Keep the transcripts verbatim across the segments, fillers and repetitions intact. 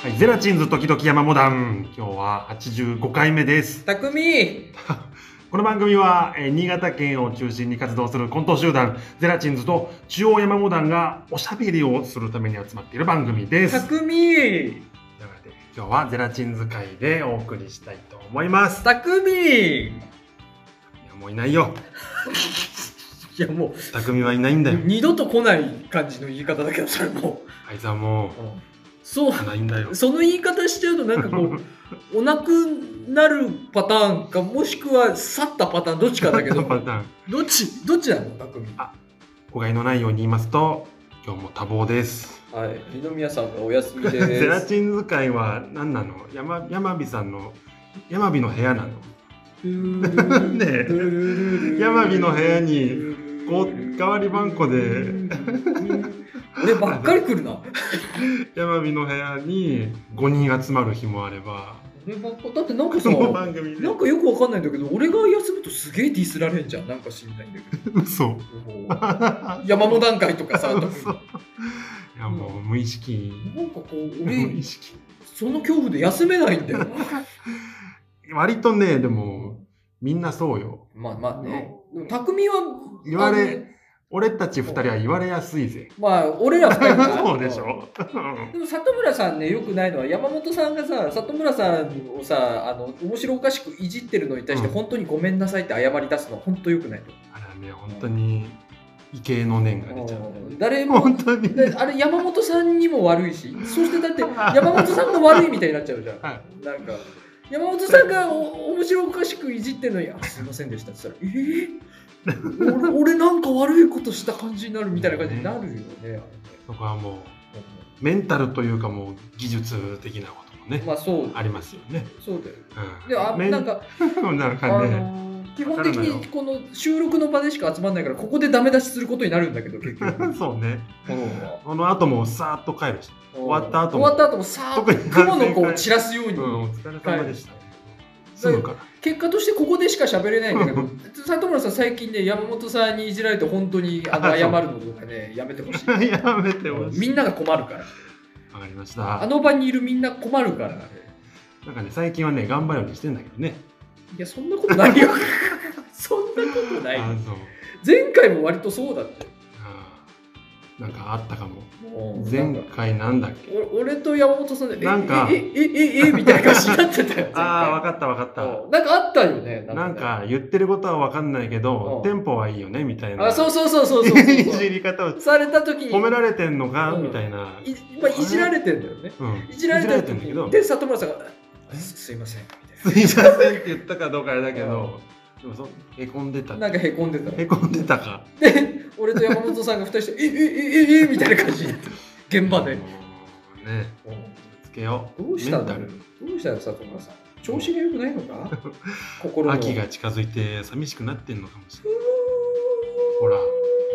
はい、ゼラチンズ時々山モダン。今日ははちじゅうごかいめです。 たくみこの番組は、えー、新潟県を中心に活動するコント集団ゼラチンズと中央山モダンがおしゃべりをするために集まっている番組です。 たくみということで今日はゼラチンズ会でお送りしたいと思います。 たくみいやもういないよ。 いやもう匠はいないんだよ。 二度と来ない感じの言い方だけど、それもあいつはもう、 うん、そうないんだよ。 その言い方しちゃうとなんかこうお亡くなるパターンか、もしくは去ったパターンどっちかだけどパターンどっちどっちなのたくみ。 あ、誤解のないように言いますと今日も多忙です。 はい、二宮さんがお休みです。 ゼラチン使いは何なの？山山火さんの山火の部屋なの？ねえ、山火の部屋にこう代わり番号で俺ばっかり来るな。 山火の部屋にごにん集まる日もあれば、 俺ばっかだってなんかさ、 この番組でなんかよくわかんないんだけど、俺が休むとすげえディスられんじゃん。なんか知んないんだけど。 嘘。 山本段階とかさ、 いやもう無意識。 なんかこう無俺意識。 その恐怖で休めないんだよ。 割とね、でもみんなそうよ。 まあまあね。匠は言われ、俺たち二人は言われやすいぜ。 まあ俺ら二人はそうでしょ。 でも里村さんね、よくないのは山本さんがさ、里村さんをさ、あの面白おかしくいじってるのに対して、うん、本当にごめんなさいって謝り出すの本当よくないと。 あらね、本当に畏敬の念が出ちゃう。 誰も本当にあれ山本さんにも悪いし、そしてだって山本さんが悪いみたいになっちゃうじゃん。はい、なんか山本さんがお面白おかしくいじってるのに、あ、すいませんでしたって言ったら、えー、俺, 俺なんか悪いことした感じになるみたいな感じになるよね。 そこはもうメンタルというかもう技術的なこともね、 まあそうありますよね。 そうだよ。 うん、 であなんかなんかね、あのー、基本的にこの収録の場でしか集まんないから、ここでダメ出しすることになるんだけど結局。 そうね。この後もさーっと帰るし、終わった後も終わった後もさーっと雲の子を散らすように。うん、 お疲れ様でした。すぐから結果としてここでしか喋れないんだけど、里村さん最近ね、山本さんにいじられて本当にあの謝るのとかね、やめてほしい。 やめてほしい。 みんなが困るから。 わかりました。 あの場にいるみんな困るから。 なんかね、最近はね、頑張るようにしてんだけどね。 いや、そんなことないよ。そんなことない。あ、そう。前回も割とそうだって。 なんかあったかも。前回なんだっけ。 俺と山本さんで、 なんか、 え、え、え、え、え、みたいな感じになってたよ。 ああ、わかったわかった。 なんかあったよね。 なんか言ってることはわかんないけど、テンポはいいよね、みたいな。 あ、そうそうそうそうそう。 いじり方をされた時に。 褒められてんのかみたいな。 まあ、いじられてんだよね。いじられてんだけど。で、里村さんが、すいません。 すいませんって言ったかどうかあれだけど。でもそへこんでた。 なんかへこんでた。 へこんでたか。 で、俺と山本さんが二人して、え、え、え、え、え、みたいな感じになって、現場で。ね、 つけよう。どうしたの？どうしたの、里村さん。調子が良くないのか？心の。 秋が近づいて寂しくなってんのかもしれない。ほら。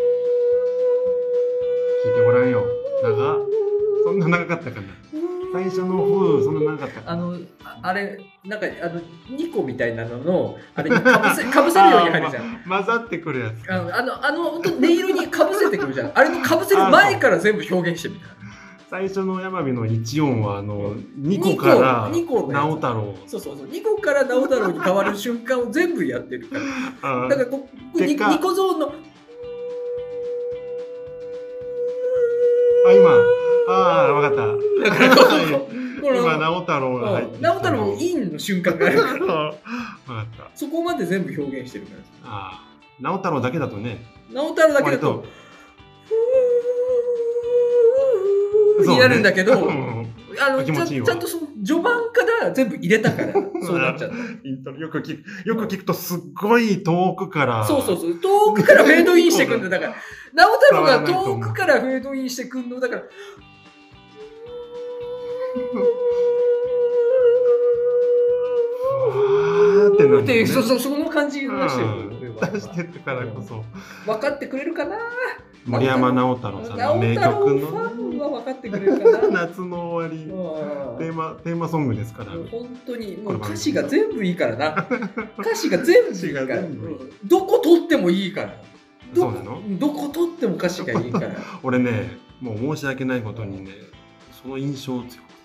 聞いてごらんよ。長っ。そんな長かったかな。最初の風そんな長かったかな。あの、あれ、なんか、あの、にこみたいなのの、あれにかぶせ、かぶせるように入るじゃん。 ま、混ざってくるやつ。 あの、あの、あの音色にかぶせてくるじゃん。あれのかぶせる前から全部表現してみた。 最初の山火の一音は、あの、にこから直太朗。 そうそうそう。にこから直太朗に変わる瞬間を全部やってるから。だからこ、こにこゾーンの、 あ、今、ああ、わかった。だから今、直太朗が入ってきた。 直太朗インの瞬間があるから。 わかった。 そこまで全部表現してるから。 ああ、直太朗だけだとね。 直太朗だけだと、になるんだけど、あの、ちゃんとその序盤から全部入れたから、そうなっちゃった。 イントロよく聞く、よく聞くとすっごい遠くから。 そうそうそう、遠くからフェードインしてくんだ。だから、直太朗が遠くからフェードインしてくんの、だから、 ってなって、 ね、そ, そ, その感じが出してる、 うん、出してるからこそ分かってくれるかな。 森山直太朗さんの名曲のファンは分かってくれるかな。 夏の終わりテーマテーマソングですから。 本当にもう歌詞が全部いいからな。歌詞が全部いいから、どこ取ってもいいから。 そうなの？ どこ取っても歌詞がいいから。 俺ね、もう申し訳ないことにね、その印象を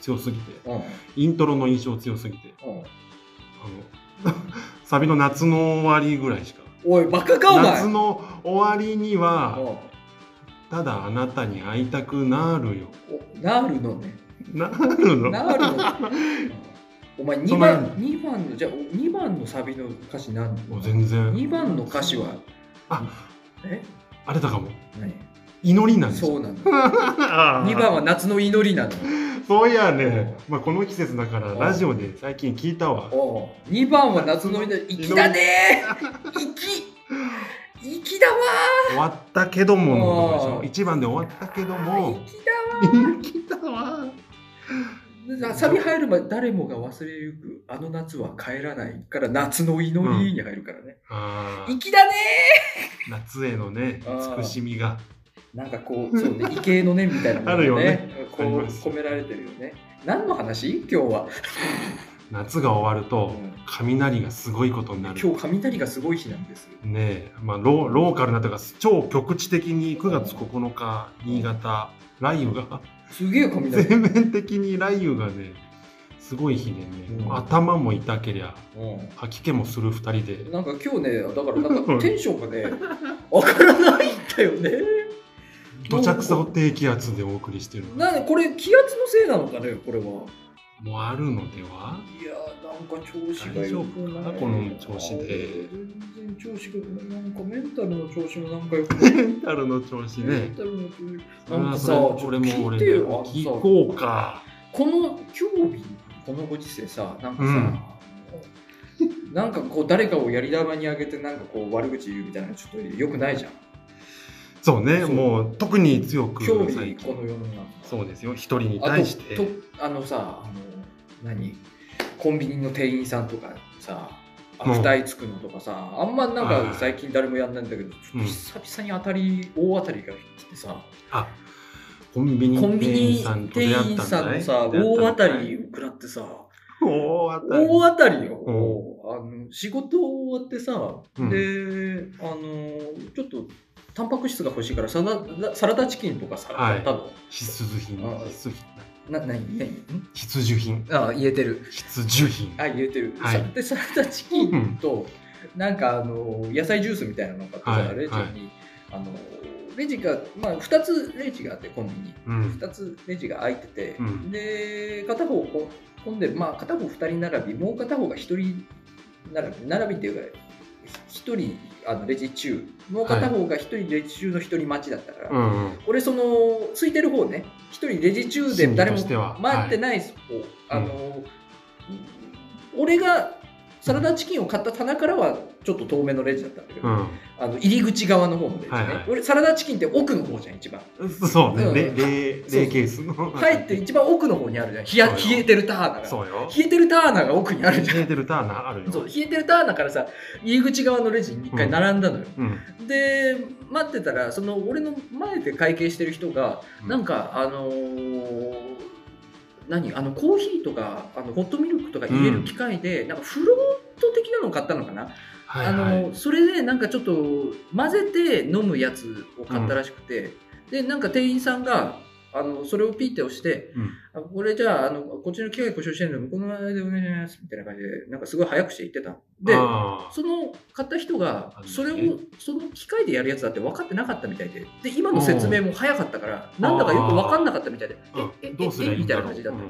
強すぎて、 うん、 イントロの印象強すぎて、 うん、 あのサビの夏の終わりぐらいしか。 おいバカかお前。 夏の終わりには、ただあなたに会いたくなるよ。 なるのね。 なるの。 なるの。お前にばん、にばんの、じゃあにばんのサビの歌詞何？ 全然。 にばんの歌詞は、 あ、 え？ あれだかも。 何？ 祈りなんです。 そうなの。にばんは夏の祈りなの。 そういやね、まあこの季節だからラジオで最近聞いたわ。 にばんは夏の祈り、粋だねー。粋。粋だわー。 終わったけどものとこでしょ。いちばんで終わったけども。 粋だわー。粋だわー。サビ入る前、誰もが忘れゆくあの夏は帰らないから夏の祈りに入るからね。粋だねー。夏へのね、慈しみが。 なんかこう、そうね、畏敬の念みたいなものがね、 あるよねこう込められてるよね。何の話？今日は。 夏が終わると、雷がすごいことになる。 今日雷がすごい日なんです。 ねえ、まあロー、ローカルなというか、超局地的にくがつここのか、新潟、雷雨が。 すげえ雷。 全面的に雷雨がね、すごい日でね、うん、頭も痛けりゃ、うん、吐き気もするふたりで。 なんか今日ね、だからなんかテンションがね、上がらないんだよね。 土着層低気圧でお送りしてる。 なんでこれ気圧のせいなのかね、これは。 もうあるのでは。 いやー、なんか調子が良くない。 この調子で。 全然調子がなんかメンタルの調子もなんか良くない。 メンタルの調子ね。 メンタルの調子。なんかさ、 俺も俺も聞こうか。 この今日このご時世さ、なんかさ。うんなんかこう誰かをやり玉にあげてなんかこう悪口言うみたいなのちょっと良くないじゃん。 そうね、そうもう特に強く興味この世の中。 そうですよ、一人に対して。 あとあのさ、あの何コンビニの店員さんとかさ、アフタイつくのとかさ、あんまなんか最近誰もやんないんだけど、ちょっと久々に当たり、うん、大当たりが来てさ。あ、 コンビニ店員さんと出会ったんじゃない？ 店員さんのさ、大当たりを食らってさ。 大当たり。 大当たりよ。うん、あの仕事終わってさ、うん、で、あのちょっとタンパク質が欲しいからサラサラダチキンとかさ、買ったの。 必需品。必需品。 な、なに、なに？ 必需品。 あ、言えてる。 必需品。 あ、言えてる。はい、で、サラダチキンと、うん、なんかあの野菜ジュースみたいなのを買ってさ、はい、レジに、はい、あのレジが、まあ、ふたつレジがあってコンビニ、うん、ふたつレジが空いてて、うん、で片方混んでる、まあ、片方ふたり並び、もう片方がひとり並び、並びっていうかひとりあのレジ中、もう片方がひとりレジ中のひとり待ちだったから、はい、俺その空いてる方ね、ひとりレジ中で誰も待ってない方、はい、あの、うん、俺がサラダチキンを買った棚からはちょっと遠めのレジだったんだけど、うん、あの入り口側の方のレジね、はいはい、俺サラダチキンって奥の方じゃん一番。 そうね、うん、レ, レ, レーケースの入って一番奥の方にあるじゃん。冷, や冷えてるターナが。 そうよ。 冷えてるターナが奥にあるじゃん。 冷えてるターナあるよ。 そう、冷えてるターナからさ、入り口側のレジに一回並んだのよ。うんうん、で待ってたらその俺の前で会計してる人が、うん、なんかあのー。何あのコーヒーとかあのホットミルクとか入れる機械で、うん、なんかフロート的なのを買ったのかな、はいはい、あのそれでなんかちょっと混ぜて飲むやつを買ったらしくて、うん、でなんか店員さんがあのそれをピッて押して、うん、あこれじゃあ、あのこっちの機械故障してるので向こうの間でお願いしますみたいな感じでなんかすごい早くして言ってた。でその買った人がそれをその機械でやるやつだって分かってなかったみたいで、で今の説明も早かったからなんだかよく分かんなかったみたいで、ええどうすりゃいいんだろうみたいな感じだった。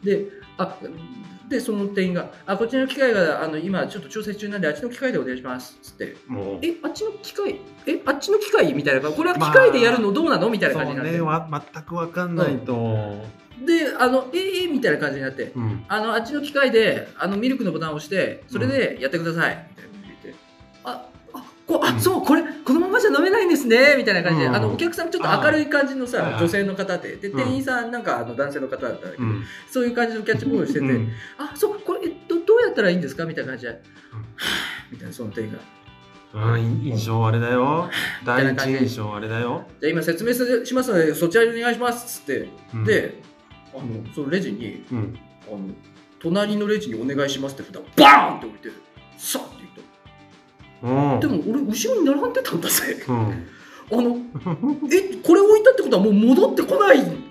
であでその店員があこっちの機械があの今ちょっと調整中なんであっちの機械でお願いしますっつってえあっちの機械えあっちの機械みたいなこれは機械でやるのどうなのみたいな感じになって、 そうね、全く分かんないと、 うん、であのええー、みたいな感じになって、うん、あのあっちの機械であのミルクのボタンを押してそれでやってください、うん、みたいな感じで言ってああこあ、うん、そうこれこのままじゃ飲めないんですねみたいな感じで、うん、あのお客さんちょっと明るい感じのさ女性の方でで店員さんなんかあの男性の方だったんだけど、うん、そういう感じのキャッチボールしてて、うん、あそうこれどどうやったらいいんですかみたいな感じで、うん、はぁみたいなその店員が。 うん、印象あれだよ。第一印象あれだよ。 じゃあ今説明しますのでそちらにお願いしますっつって、うん、であのそのレジに、うん、あの隣のレジにお願いしますって札をバーンって置いてさって言った。うん、でも俺後ろに並んでたんだぜ。うん、あのえこれ置いたってことはもう戻ってこないつ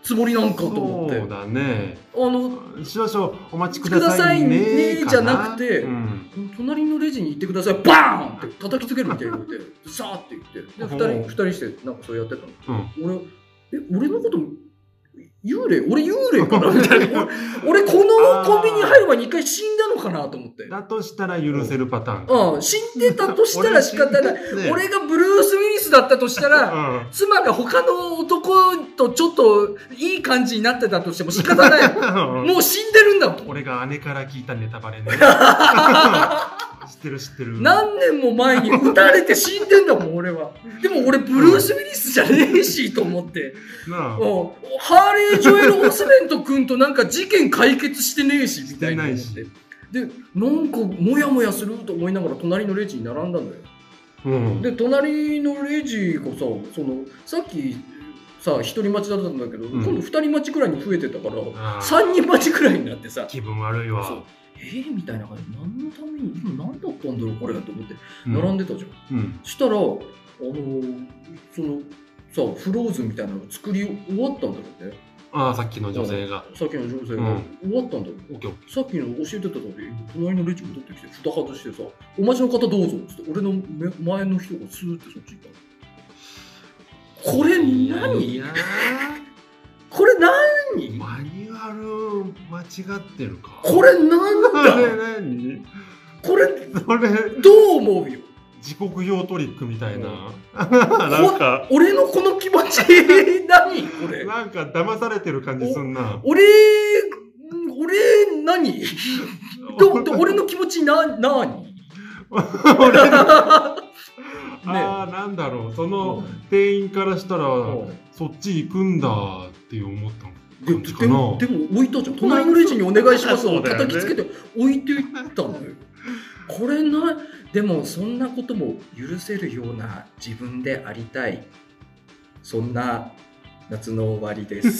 つもりなんかと思って。 そうだね。 あの少々お待ちくださいねじゃなくて、 うん、 隣のレジに行ってください、バーンって叩きつけるみたいに言って、さーって言って、でふたりふたりしてなんかそうやってたの。うん、俺え俺のこと幽霊俺幽霊かなみたいな。俺このコンビニ入る前に一回死んだのかなと思って。 だとしたら許せるパターン。 うん、死んでたとしたら仕方ない。ね、俺がブルース・ウィリスだったとしたら、うん、妻が他の男とちょっといい感じになってたとしても仕方ない。もう死んでるんだもん。 俺が姉から聞いたネタバレね。知ってる知ってる。 何年も前に撃たれて死んでんだもん俺は。でも俺ブルース・ウィリスじゃねえしと思って。なあ、ハーレー・ジョエル・オスメント君となんか事件解決してねえしみたいな思って。でなんかモヤモヤすると思いながら隣のレジに並んだのよ。うん、で隣のレジがさ、そのさっきさ一人待ちだったんだけど、うん、今度二人待ちくらいに増えてたから三人待ちくらいになってさ、 気分悪いわ。そうえー、みたいな感じで何のために今何だったんだろうこれと思って並んでたじゃん。うん、したらあのー、そのさフローズンみたいなの作り終わったんだろうね。 ああさっきの女性がさっきの女性が、うん、終わったんだろう。さっきの教えてた時隣のレジ戻ってきて蓋外してさ「お待ちの方どうぞ」っつって俺の前の人がスーってそっち行ったの。これ何？これ何？ マニュアル間違ってるか。 これなんだ？ これ何？ これそれどう思うよ？ 時刻表トリックみたいな、うん、なんか俺のこの気持ち何これなんか騙されてる感じすんな。 俺俺何どど俺の気持ちな何ああ、なんだろう、その店員からしたら、そっち行くんだって思った感じかな。 でも、でも置いたじゃん。隣のレジにお願いしますを叩きつけて置いていったのよ。これな、でもそんなことも許せるような自分でありたい。そんな夏の終わりです。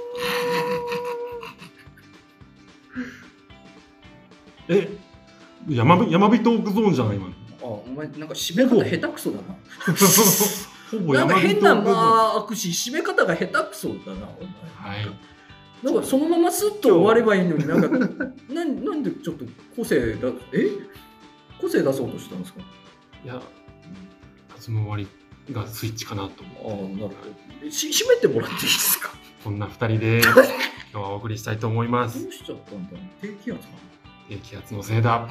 え、山山火トークゾーンじゃない今の。 あ、お前なんか締め方下手くそだな。ほぼなんか変な間空くし締め方が下手くそだなお前。はい。なんかそのままスッと終わればいいのになんかななんでちょっと個性だえ個性出そうとしたんですか。 いや夏の終わりがスイッチかなと思って。ああなるほど。し締めてもらっていいですか。 こんなふたりで今日はお送りしたいと思います。 どうしちゃったんだ。低気圧かな。 低気圧のせいだ。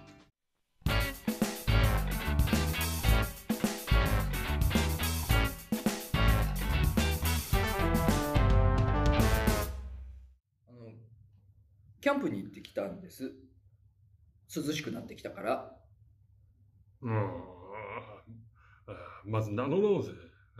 キャンプに行ってきたんです。涼しくなってきたから。 うん。まず名乗ろうぜ。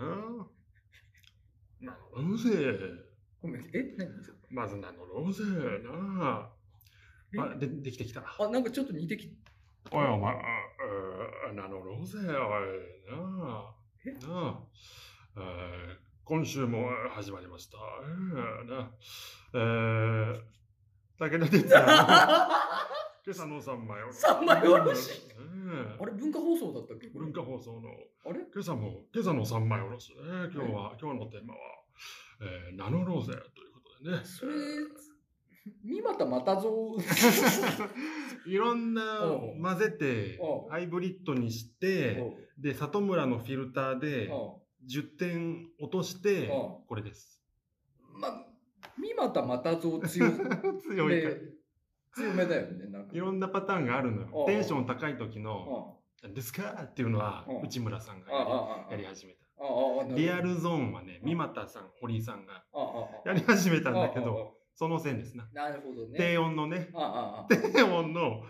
名乗ろうぜ。 ごめん、え、何ですか。 まず名乗ろうぜ。なあ。あ、で、できてきた。 あ、なんかちょっと似てきた。おいお前、名乗ろうぜ。おい、なあ。えなあ。今週も始まりました。なえー武田鉄矢の今朝の三枚おろし。 三枚おろし。あれ文化放送だったっけ？ 文化放送の。 あれ？ 今朝も今朝の三枚おろし。今日は今日のテーマは名乗ろうぜということでね。 それ三股又蔵。 いろんな混ぜてハイブリッドにしてで里村のフィルターでじゅってん落としてこれです。 ま三股又蔵強い強い強めだよね。なんかいろんなパターンがあるのよ。テンション高い時の「何ですか?」っていうのは内村さんがやり始めた。リアルゾーンはね三股さん堀井さんがやり始めたんだけどその線ですな。 なるほどね。 低音のね低音の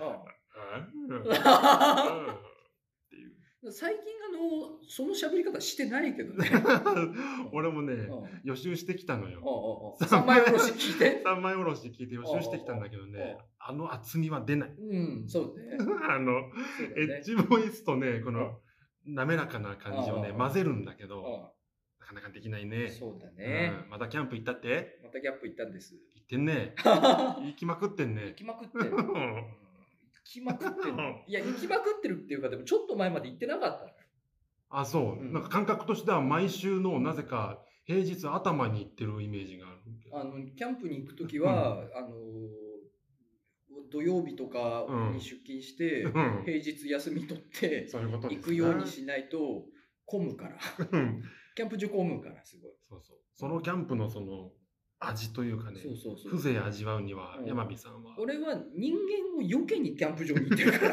最近あのその喋り方してないけどね。 俺もね予習してきたのよ。 三枚おろし聞いて三枚おろし聞いて予習してきたんだけどねあの厚みは出ない。 うんそうね。 あのエッジボイスとねこの滑らかな感じをね混ぜるんだけどなかなかできないね。 そうだね。 またキャンプ行ったって？ またキャンプ行ったんです。 行ってんね。行きまくってんね。 行きまくってる。行きまくってる。いや行きまくってるっていうかでもちょっと前まで行ってなかったのよ。 あそう、なんか感覚としては毎週のなぜか平日頭に行ってるイメージがあるけど。 あのキャンプに行くときは、あの土曜日とかに出勤して、 うん、 平日休み取ってそういうことですね、 行くようにしないと混むから。キャンプ場混むからすごい。 そうそう。そのキャンプのその味というかね、 そうそうそう、 風情味わうには、 うん、 山火さんは。 俺は人間をよけにキャンプ場に行ってるから。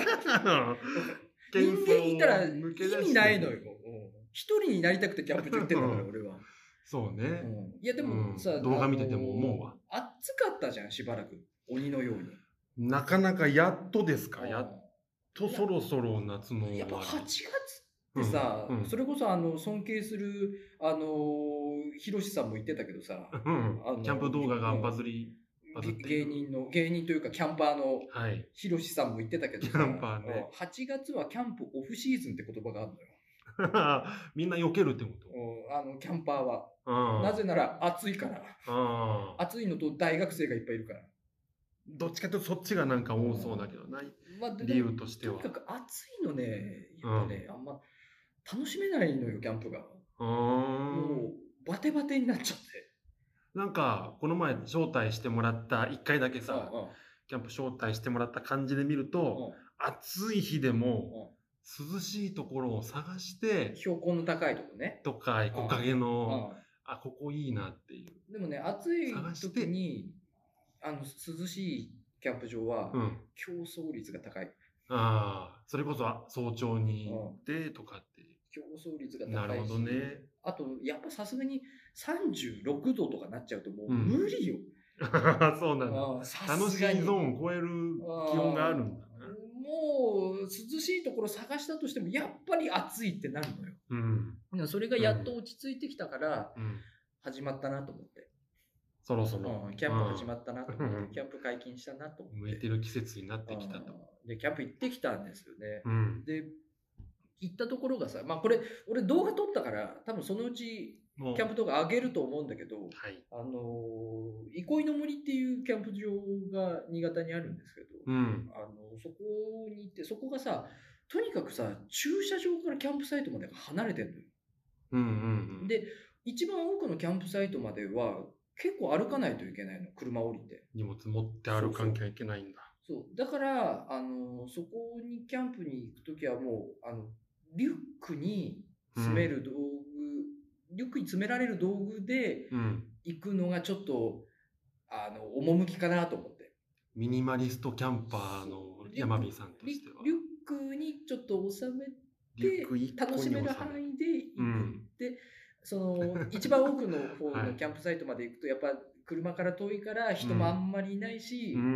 人間いたら意味ないのよ。一人になりたくてキャンプ場行ってんだから、俺は。 そうね。 うん、いやでもさ、 うん、動画見てても思うわ。 暑かったじゃん、しばらく。鬼のように。 なかなかやっとですか、やっとそろそろ夏の終わり。 やっぱはちがつってさ、うんうん、それこそあの尊敬するあのひろしさんも言ってたけどさ、 うん、あのキャンプ動画がバズり、バズって芸人の芸人というかキャンパーのひろしさんも言ってたけどさ、 はい、キャンパーね、 はちがつはキャンプオフシーズンって言葉があるのよ。 みんな避けるってこと？ あのキャンパーは。なぜなら暑いから。暑いのと大学生がいっぱいいるから。 どっちかというとそっちがなんか多そうだけどな、まあ、理由としては。 とにかく暑いのね、やっぱね、うん、あんま楽しめないのよ、キャンプが。もうバテバテになっちゃって。 なんかこの前招待してもらったいっかいだけさ、うんうん、キャンプ招待してもらった感じで見ると、うん、暑い日でも、うん、涼しいところを探して標高の高いところねとか木陰の、うん、あここいいなっていう。 でもね、暑い時にあの涼しいキャンプ場は、うん、競争率が高い。 ああ、それこそ早朝に行ってとかって。 競争率が高いし。 なるほどね。 あと、やっぱさすがにさんじゅうろくどとかなっちゃうともう無理よ。 うん、そうなんだ。楽しいゾーンを超える気温があるんだね。 もう涼しいところ探したとしてもやっぱり暑いってなるのよ。うん、それがやっと落ち着いてきたから始まったなと思って。 そろそろ、 うん、キャンプ始まったなと思って、うん、キャンプ解禁したなと思って。 向いてる季節になってきたと。 で、キャンプ行ってきたんですよね。 うん、 で、行ったところがさ、まあこれ、俺動画撮ったから、多分そのうちキャンプ動画上げると思うんだけど、はい、あの、憩いの森っていうキャンプ場が新潟にあるんですけど、うん、あのそこに行って、そこがさ、とにかくさ、駐車場からキャンプサイトまで離れてるのよ。 うんうんうん、 で、一番多くのキャンプサイトまでは、結構歩かないといけないの、車降りて。 荷物持って歩かなきゃいけないんだ。 そうそうそう。だから、あの、そこにキャンプに行くときはもう、あの、リュックに詰める道具、うん、リュックに詰められる道具で行くのがちょっと、あの、趣かなと思って。 ミニマリストキャンパーの山火さんとしては。 リュックにちょっと収めて、楽しめる範囲で行く。うん、で、その一番奥の方のキャンプサイトまで行くとやっぱ車から遠いから人もあんまりいないし、うん、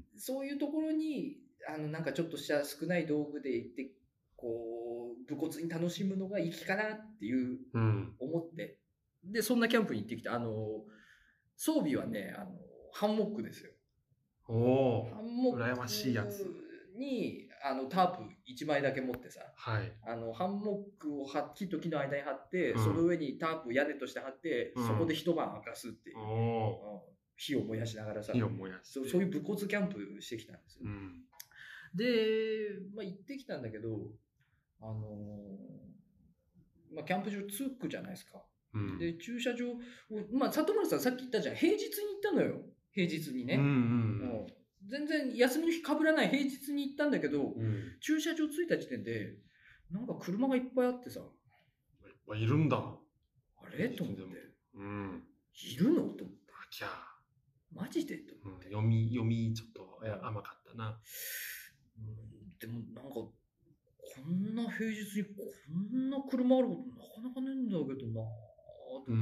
そういうところにあのなんかちょっとした少ない道具で行ってこう武骨に楽しむのが粋かなっていう思って、うん、でそんなキャンプに行ってきた。あの装備はねあのハンモックですよ。 おお、ハンモック羨ましいやつにあのタープいちまいだけ持ってさ、 はい、 あのハンモックを木と木の間に張って、うん、その上にタープを屋根として張って、うん、そこで一晩明かすっていう、うん、火を燃やしながらさ、 火を燃やしてそう、そういう武骨キャンプしてきたんですよ。うん、で、まあ、行ってきたんだけど、あのーまあ、キャンプ場着くじゃないですか。うん、で駐車場を、まあ、里村さんさっき言ったじゃん、平日に行ったのよ。平日にね。うんうんうん全然休みの日被らない平日に行ったんだけど、うん、駐車場着いた時点でなんか車がいっぱいあってさ、 いるんだあれと思って、うん、いるのと思って、 あきゃマジでと思って、 うん、読み読みちょっと甘かったな、 うん、でもなんかこんな平日にこんな車あることなかなかねえんだけどなと思って、うん、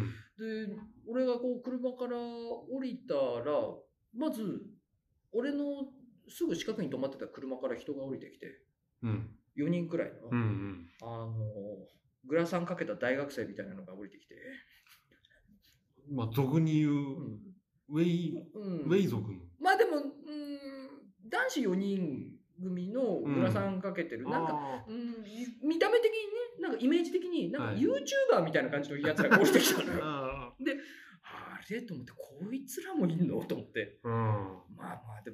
で俺がこう車から降りたらまず俺のすぐ近くに止まってた車から人が降りてきて、うん、よにんくらいの、うんうん、あのグラサンかけた大学生みたいなのが降りてきて、 まあ俗に言う、うん、ウェイ、うん、ウェイ族のまあでも、うん、男子よにん組のグラサンかけてる、うん、なんか、うん、見た目的にねなんかイメージ的になんか YouTuber みたいな感じのやつらが降りてきたのよ、はい、であれと思ってこいつらもいんのと思って、うん、まあまあでも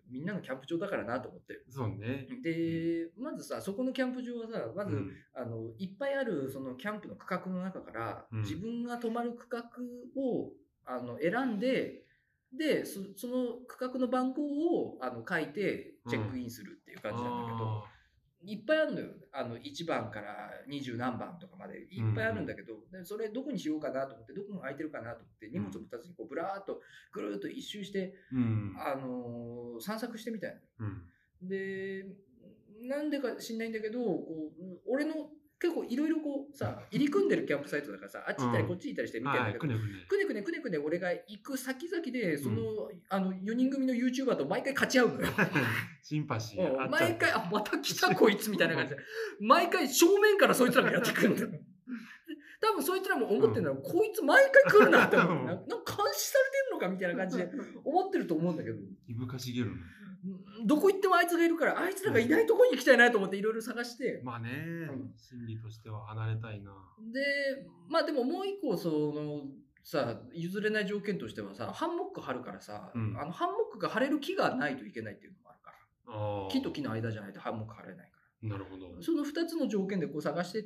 みんなのキャンプ場だからなと思って。 そうね。 で、まずさ、そこのキャンプ場はさ、まず、 うん、 あの、いっぱいあるそのキャンプの区画の中から、 うん、 自分が泊まる区画をあの選んで、でそ、その区画の番号をあの書いてチェックインするっていう感じなんだけど、うん、いっぱいあるのよ。あのいちばんからにじゅう何番とかまでいっぱいあるんだけど、うん、それどこにしようかなと思って、どこが空いてるかなと思って、荷物を持たずにこうブラーっとぐるーっと一周して、うん、あのー、散策してみたいな。うん、で、なんでか知んないんだけど、こう俺の結構いろいろこうさ、入り組んでるキャンプサイトだからさ、あっち行ったりこっち行ったりして見てるんだけど、くねくねくねくね俺が行く先々で、その、うん、あのよにん組の YouTuber と毎回勝ち合うのよ。シンパシー。毎回、あ、また来たこいつみたいな感じで。毎回正面からそいつらがやってくるんだよ。多分そいつらも思ってるのは、うん、こいつ毎回来るなって思って、なんか監視されてるのかみたいな感じで思ってると思うんだけど。 いぶかしげるね。 どこ行ってもあいつがいるから、あいつらがいないとこに行きたいなと思っていろいろ探して。 まあね、うん、心理としては離れたいな。 で、まあでももう一個、その、さ、譲れない条件としてはさ、ハンモック張るからさ、うん、あのハンモックが張れる木がないといけないっていうのもあるから。木と木の間じゃないとハンモック張れないから。 なるほど。 そのふたつの条件でこう探してって、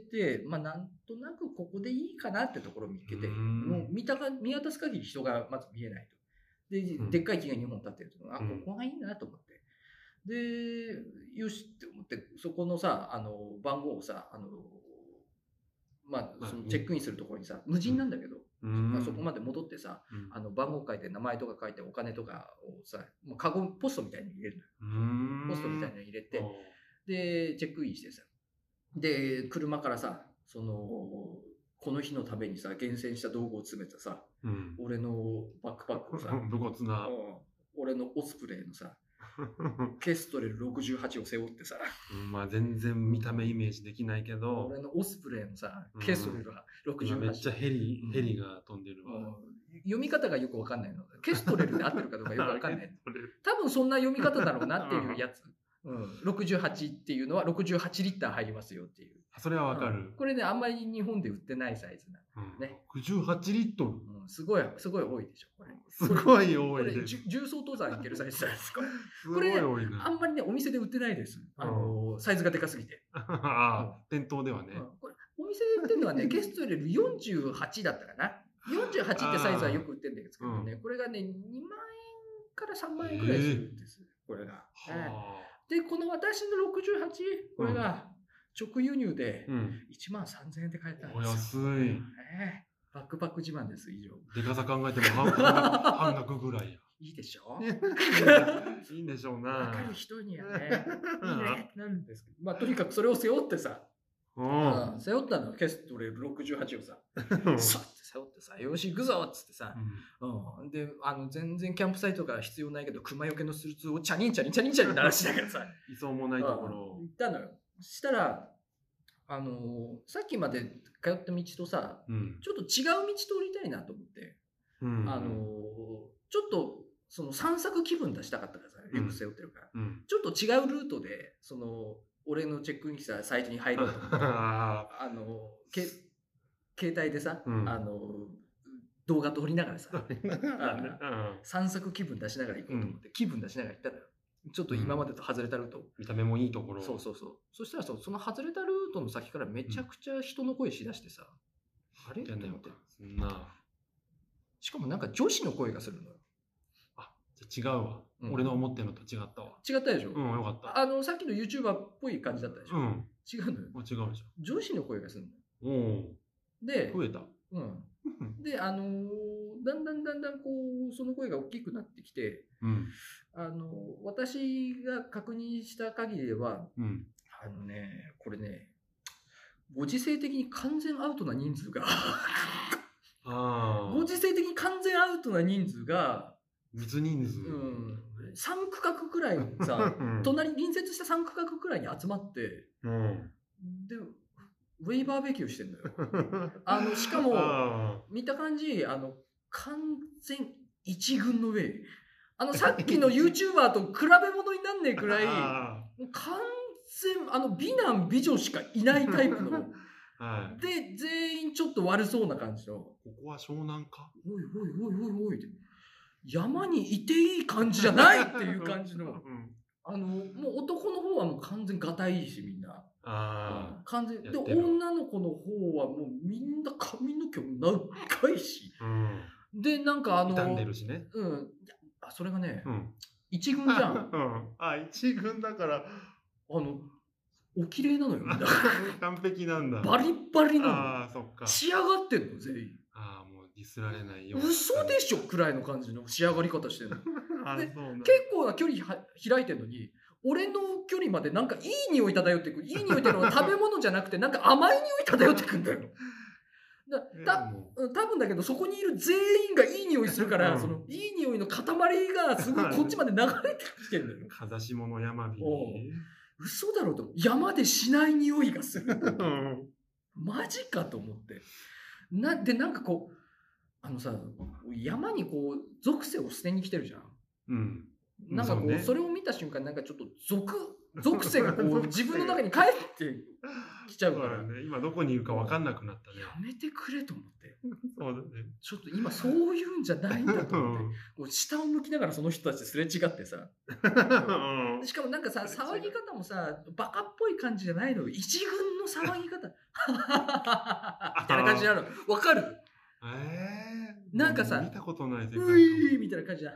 まあなんとなくここでいいかなってところを見つけて、もう見たか見渡す限り人がまず見えないと。で、うん、でっかい木がにほん立ってると、あ、ここがいいなと思って。で、よしって思って、そこのさ、あの、番号をさ、あの、まあ、そのチェックインするところにさ、無人なんだけど、まあ、そこまで戻ってさ、うん、あの、番号書いて名前とか書いてお金とかをさ、もうカゴ、ポストみたいに入れるのよ。ポストみたいに入れて、で、チェックインしてさ、で、車からさ、その、この日のためにさ、厳選した道具を詰めたさ、うん、俺のバックパックをさ、 武骨な、 俺のオスプレイのさ、ケストレルろくじゅうはちを背負ってさ、 うん、まあ全然見た目イメージできないけど、 俺のオスプレイのさ、ケストレルがろくじゅうはち、 めっちゃヘリ、ヘリが飛んでるわ、うん、 読み方がよくわかんないの。ケストレルで合ってるかどうかよくわかんない。多分そんな読み方だろうなっていうやつ。うん、ろくじゅうはちっていうのはろくじゅうはちリッター入りますよっていう。 それはわかる、 うん。これね、あんまり日本で売ってないサイズな、 うん、ね。ろくじゅうはちリットル、 うん、すごい、すごい多いでしょ、これ。 すごい多いです。重曹登山いけるサイズですか。 これ、これ、 あんまりね、お店で売ってないです。あの、サイズがでかすぎて。 ああ、店頭ではね。 うん、これお店で売ってるのはね、ケストレルよんじゅうはちだったかな。よんじゅうはちってサイズはよく売ってるんですけどね、うん、これがね、にまんえんからさんまんえんくらいするんです。これが。で、この私のろくじゅうはち、これが直輸入でいちまんさんぜんえんで買えたんですよ。 お安い。 えー、バックパック自慢です、以上。 でかさ考えても半, 半額ぐらいや。 いいでしょいいんでしょうな。 わかる人にはね、いいねってなるんですけど、まあとにかくそれを背負ってさ、うん、背負ったの、ケストレルろくじゅうはちをさ、さって背負ってさ、よし行くぞっつってさ、うんうん、で、あの全然キャンプサイトから必要ないけど、熊よけのスーツをチャニンチャニンチャニンチャニン鳴らしながらさ、 いそうもないところ、 うん、行ったのよ。したら、あのー、さっきまで通った道とさ、うん、ちょっと違う道通りたいなと思って、うんうん、あのー、ちょっとその散策気分出したかったからさ、リュック背負ってるから、うん、ちょっと違うルートで、その、俺のチェックインしたサイトに入ろうと思って、あのけ携帯でさ、うん、あの動画撮りながらさ、散策気分出しながら行こうと思って、うん、気分出しながら行ったのよ。ちょっと今までと外れたルート、うん、 見た目もいいところ。 そうそうそう。そしたらその外れたルートの先からめちゃくちゃ人の声しだしてさ、うん、あれって思って。そんな。しかもなんか女子の声がするのよ。 あ、じゃ違うわ。うん、俺の思ってるのと違ったわ。 違ったでしょ。 うん、よかった。 あの、さっきの YouTuber っぽい感じだったでしょ。うん。違うのよ。 違うでしょ。 女子の声がするのよ。おで、 増えた。 うん。で、あのー、だんだんだんだんこう、その声が大きくなってきて、うん、あの、私が確認した限りでは、うん、あのね、これね、ご時世的に完全アウトな人数が、あご時世的に完全アウトな人数が、 密人数、 うん、さん区画くらいさ、うん、隣隣接したさん区画くらいに集まって、うん、でウェイバーベキューしてんのよ。あのしかも見た感じ、あの完全一軍のウェイ、あのさっきの YouTuber と比べ物になんねえくらいもう完全あの美男美女しかいないタイプの。はい、で全員ちょっと悪そうな感じの。 ここは湘南か。 おいおいおいおいおいって。 山にいていい感じじゃないっていう感じの、 うん、 あの、もう男の方はもう完全にガタいいし、みんな。 あうん、完全で、 やってるわ女の子の方はもうみんな髪の毛も長いし。 あ、うん。 で、なんかあの、 傷んでるしね。 うん。いやあ、それがね、 うん。 一軍じゃん。 うん。あ、一軍だから、 あの、お綺麗なのよ、みんな。 完璧なんだ。 バリッバリなの。 ああ、そっか。 仕上がってんの、全員。 ああ、もうディスられないような。 嘘でしょくらいの感じの仕上がり方してるの。 あでそうなんだ。 結構な距離は開いてんのに、俺の距離までなんかいい匂い漂ってくる。いい匂いっていうのは食べ物じゃなくて、なんか甘い匂い漂ってくんだよ。だたもうん多分だけど、そこにいる全員がいい匂いするから、 うんそのいい匂いの塊がすごいこっちまで流れてきてんだよ。 風下の山火おうに。 嘘だろうと思う。山でしない匂いがする。 うんマジかと思って。な、で、なんかこう、あのさ、山にこう、属性を捨てに来てるじゃん。 うん。 なんかこう、 そうねそれを見た瞬間、なんかちょっと属、属性がこう、自分の中に帰ってきちゃうから、 そうだね。今どこにいるか分かんなくなったね。 やめてくれと思って。 そうだね。 ちょっと今そういうんじゃないんだと思って。 うんこう下を向きながらその人たちすれ違ってさ。 うんしかもなんかさ、騒ぎ方もさ、バカっぽい感じじゃないのよ。一軍の騒ぎ方。みたいな感じなの。わかるえー、 なんかさ見たことない世界ういーみたいな感じだ。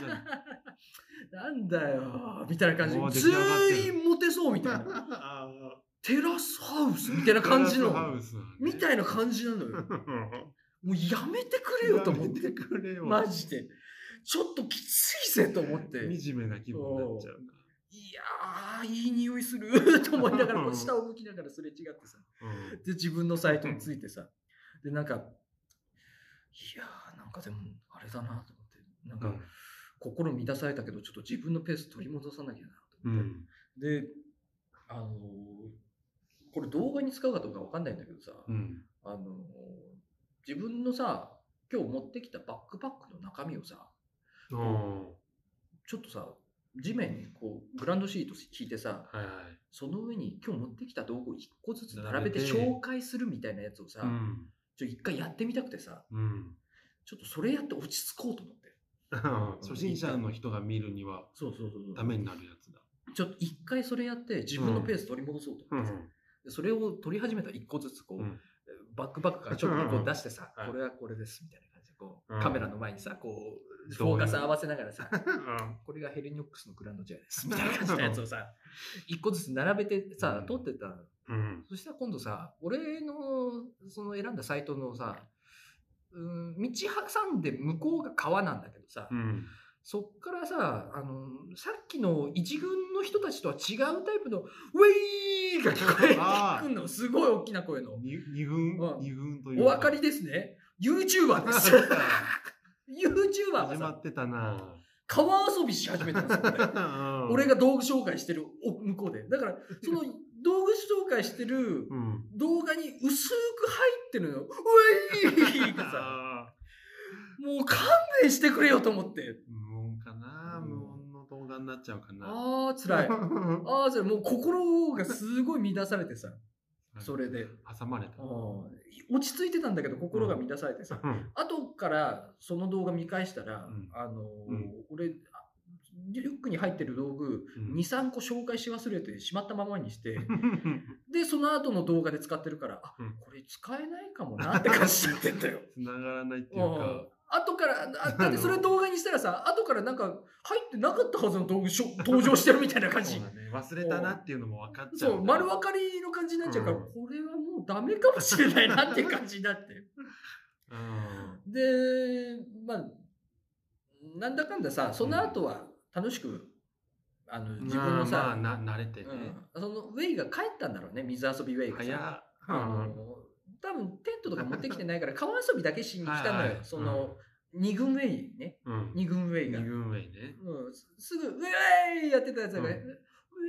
なんだよみたいな感じもう出来全上がってる員モテそうみたいな。 あテラスハウスみたいなー感じの。 テラスハウスなんねみたいな感じなのよ。もうやめてくれよと思って。 やめてくれよ。 マジで。ちょっときついぜと思って。 惨めな気分になっちゃうな。 いやー、いい匂いすると思いながら、こう下を向きながらすれ違ってさ。 うんで、自分のサイトについてさ。で、なんか、いやー、なんかでも、あれだなと思って。なんか、 うん心乱されたけど、ちょっと自分のペース取り戻さなきゃなとう思って。 んで、あのーこれ動画に使うかどうかわかんないんだけどさ、 うんあのー自分のさ、今日持ってきたバックパックの中身をさ、 うんちょっとさ、地面にこうグランドシート引いてさ、 はいはい。 その上に今日持ってきた道具を一個ずつ並べて並べて紹介するみたいなやつをさ、 うんちょ一回やってみたくてさ、 うんちょっとそれやって落ち着こうと思って。 初心者の人が見るにはそうそうそうそう。 ためになるやつだ。 ちょっと一回それやって自分のペース取り戻そうと思ってさ、でそれを取り始めたら一個ずつこう、 うんバックパックからちょっとこう出してさ、 はいこれはこれですみたいな感じでこう、 うんカメラの前にさ、こう、フォーカス合わせながらさ、 うんこれがヘリニョックスのグランドチェアですみたいな感じのやつをさ、一個ずつ並べてさう、ん撮ってたの。 うんそしたら今度さ、俺のその選んだサイトのさ、うん道挟んで向こうが川なんだけどさ、 うんそっからさ、あの、さっきの一軍の人たちとは違うタイプの、ウェイが聞こえてくんの。すごい大きな声の。 に二軍うん二軍というお分かりですね。YouTuber です。YouTuber がさ、 始まってたな。 川遊びし始めたんですよ。俺が道具紹介してるお向こうで。だから、その道具紹介してるうん動画に薄く入ってるのよ。ウェイがさ、 あもう勘弁してくれよと思って。 ー無音かな無音の動画になっちゃうかな。 あー、辛い。ああ、それもう心がすごい乱されてさ、それで。 挟まれた。 あー落ち着いてたんだけど心が乱されてさ、 うん後からその動画見返したら、 うんあのーうん俺、あリュックに入ってる道具、 うんに、さんこ紹介し忘れてしまったままにして、で、その後の動画で使ってるから、あ、 うんこれ使えないかもなって感じになってんだよ。 繋がらないっていううんか。 後から、あだってそれ動画にしたらさ、後からなんか入ってなかったはずの道具しょ登場してるみたいな感じそう。だね。忘れたなっていうのも分かっちゃそうう、 んだ。 丸分かりの感じになっちゃうから、 うんこれはもうダメかもしれないなっていう感じになって。 うんで、まあ、なんだかんださ、その後は楽しく、あの、自分のさ、 まあ、まあ、な慣れてね。 うん、そのウェイが帰ったんだろうね、水遊びウェイが早さ。 っ。 あの多分テントとか持ってきてないから、川遊びだけしに来たのよ。 はいはいその、二軍ウェイね。 うん。 二軍ウェイが。 二軍ウェイね。 うん、すすぐ、ウェイやってたやつが、 うんウ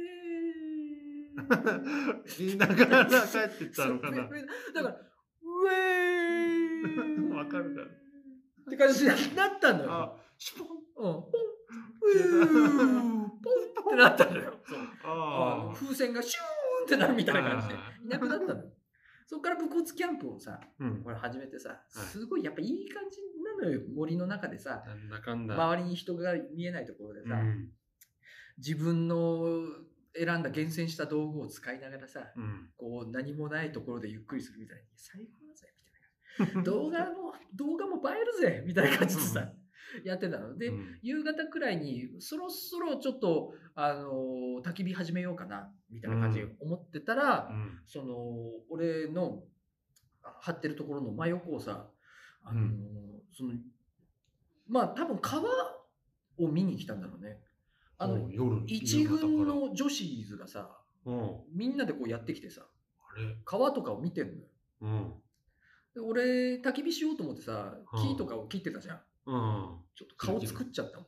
ェイ言いながら帰ってったのかな。 そうだから、ウェイわかるかって感じになったのよ。 あ、シュポン。 うん。ポンウェーポンってなったのよ。そうああの風船がシューンってなるみたいな感じではいはいいなくなったのよ。 そこから武骨キャンプをさ、 うん。 これ始めてさ、 はいすごいやっぱいい感じなのよ。森の中でさ、 なんだかんだ。 周りに人が見えないところでさ、 うん。 自分の選んだ厳選した道具を使いながらさ、 うん。 こう何もないところでゆっくりするみたいに、最高だぜみたいな。動画も、動画も映えるぜみたいな感じでさ、やってたの。で、 うん夕方くらいに、そろそろちょっと、あの、焚き火始めようかな、みたいな感じで思ってたら、 うん。 その、俺の張ってるところの真横をさ、あの、 うんその、まあ多分川を見に来たんだろうね。あの、 おう夜一軍夕方からの女子図がさ、 うん。 みんなでこうやってきてさ、 あれ川とかを見てんのよ。 うん。 で俺、焚き火しようと思ってさ、 うん木とかを切ってたじゃん。 うん。 ちょっと顔作っちゃったもん。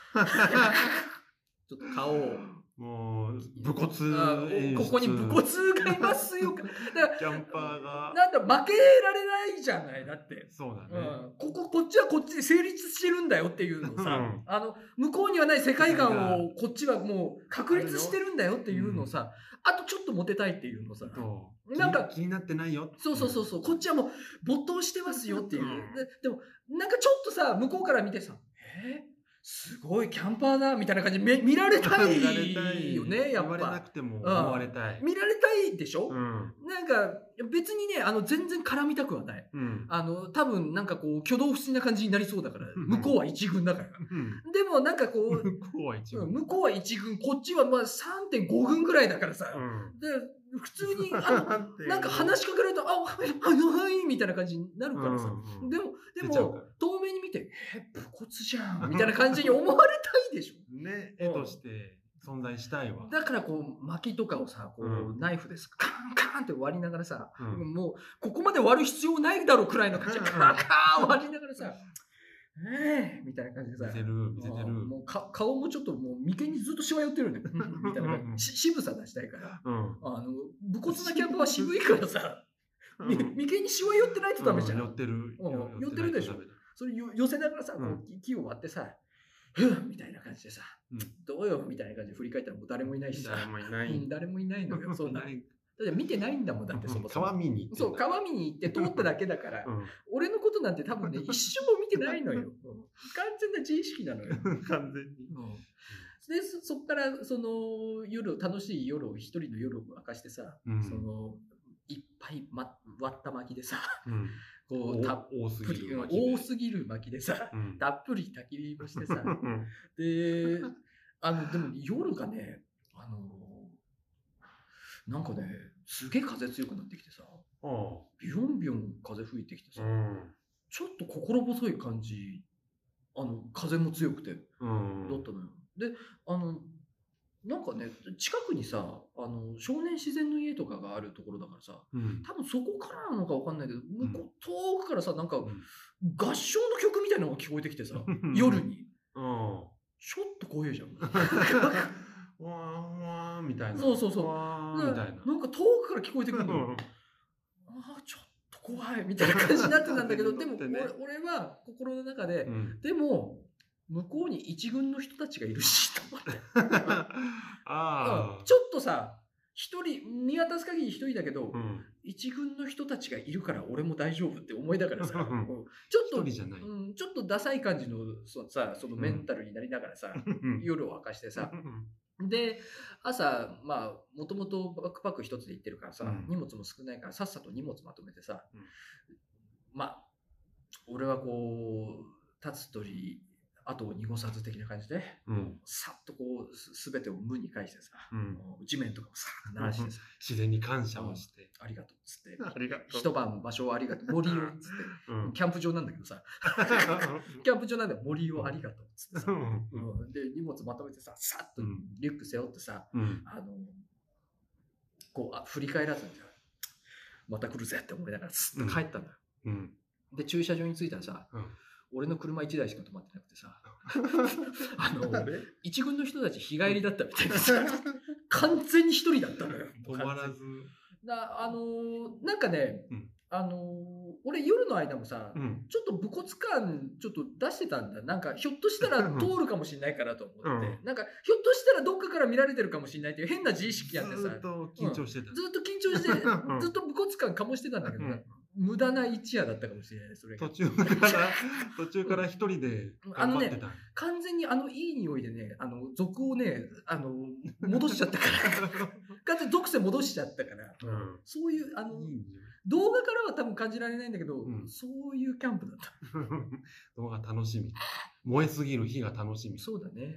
ちょっと顔を。 もう、武骨あ演出ここに武骨がいますよ。だからキャンパーが。 なんだ、負けられないじゃない、だって。 そうだね。 うん、ここ、こっちはこっちで成立してるんだよっていうのをさ、 うんあの、向こうにはない世界観をこっちはもう確立してるんだよっていうのをさ、あとちょっとモテたいっていうのをさ、 そうなんか気に気になってないよ。 そうそうそうそう、こっちはもう没頭してますよっていう。 うんででも、なんかちょっとさ、向こうから見てさ、えーすごいキャンパーだみたいな感じで見見られたい見られたいよね、やっ言われなぱ。 くてもん思われたい。 見られたいでしょ、 うん。 なんか、別にね、あの、全然絡みたくはない。 うん。 あの、多分なんかこう、挙動不審な感じになりそうだから、 うん向こうは一軍だから。 うんでもなんかこう、 向こうは一応。 うん向こうは一軍、こっちはまあ さんてんご 軍ぐらいだからさ。 うん。 で、普通に、あの、なんか話しかけられたら、あ、はい、はい、みたいな感じになるからさ。 うんうんでも、でも出ちゃうから、 遠目に見て、え、武骨じゃん、みたいな感じに思われたいでしょ。 ね、絵として存在したいわ。 だからこう、薪とかをさ、こう、 うんナイフです、カンカンって割りながらさ、 うんもう、ここまで割る必要ないだろうくらいの感じで、カンカン割りながらさ、ええー、みたいな感じでさ、 見せる、見せてる。 もうか顔もちょっともう眉間にずっとしわ寄ってるんだよ。うんみたいな感じ。し渋さ出したいから。 うん。 あの、武骨なキャンプは渋いからさ、みうん眉間にしわ寄ってないとダメじゃん。 寄ってる。 うん寄ってるでしょないとダメだそれよ寄せながらさ、こうう木を割ってさ、ふぅみたいな感じでさ、 うんどうよみたいな感じで振り返ったらもう誰もいないしさ、 誰もいない。 うん誰もいないのよ、そんな。だっないて見てないんだもん、だってそもそも。 川見に行ってんだそう、川見に行って通っただけだから、 うん。 俺のことなんて多分ね、一瞬も見てないのよ。うん完全な自意識なのよ。 完全に。 うんで、そそっから、その、夜、楽しい夜を、一人の夜を明かしてさ、 うんその、いっぱい、ま、割った薪でさ、 うん。 こう、たっ多すぷり、 ぎる。 多すぎる薪でさ、 うん。 たっぷり焚き火をしてさ、 うんで、あの、でも夜がね、あの、なんかね、すげえ風強くなってきてさ、 あビヨンビヨン風吹いてきてさ、 あ。うん。 ちょっと心細い感じ、あの、風も強くて、 うん。 だったのよ。で、あの、なんかね、近くにさ、あの、少年自然の家とかがあるところだからさ、 うん。 多分そこからなのかわかんないけど、向こう、遠くからさ、なんか、 ん合唱の曲みたいなのが聞こえてきてさ、夜に。 うん。 ちょっと怖いじゃん。 わーわーみたいな。 そうそうそうわーみたいな。 なんか遠くから聞こえてくるのよ。 うんああ、ちょっと怖いみたいな感じになってたんだけど、でもだってね俺俺は心の中で、 うん。 でも、向こうに一軍の人たちがいるし、と思って。 あうんちょっとさ、一人、見渡す限り一人だけど、 あ。うん。 一軍の人たちがいるから俺も大丈夫って思いながらさ、 うんうんちょっと、 一人じゃない。 うん、ちょっとダサい感じのそさそのメンタルになりながらさ、 うん夜を明かしてさ、で、朝、まあ、もともとバックパック一つで行ってるからさ、 うん荷物も少ないからさっさと荷物まとめてさ、 うんまあ、俺はこう、立つ鳥、後を濁さず的な感じで、 うん。 さっとこう、すべてを無に返してさ、 うん。 もう地面とかもさ、鳴らしてさ、 自然に感謝をして。 ありがとうっつって、 ありがとう。 一晩場所をありがとう、森をっつって、 うん。 キャンプ場なんだけどさ、キャンプ場なんだよ、森をありがとうっつってさ、 うんうんで、荷物まとめてさ、さっとうんリュック背負ってさ、 うん。 あの、こう、あ振り返らずにさ、また来るぜって思いながら、すっと帰ったんだよ。 うん。 で、駐車場に着いたらさ、 うん俺の車いちだいしか止まってなくてさ、あの、一軍の人たち日帰りだったみたいなさ、完全に一人だったのよ。 止まらず。 なあのーなんかね、 うんあのー俺夜の間もさ、 うん。 ちょっと武骨感ちょっと出してたんだ。なんかひょっとしたら通るかもしれないからと思って、 うんなんかひょっとしたらどっかから見られてるかもしれないっていう変な自意識やってさ、 ずーっと緊張してた。 ずっと緊張して、 うんずっと武骨感醸してたんだけど、 うん無駄な一夜だったかもしれない、それが途。中から、途中から一人で頑張ってた。 完全にあのいい匂いでね、あの俗をね、あの戻しちゃったから完全に毒性戻しちゃったから、 うんそういうあのいいね動画からは多分感じられないんだけど、 うんそういうキャンプだった。 動画楽しみ。燃えすぎる日が楽しみ。 そうだね。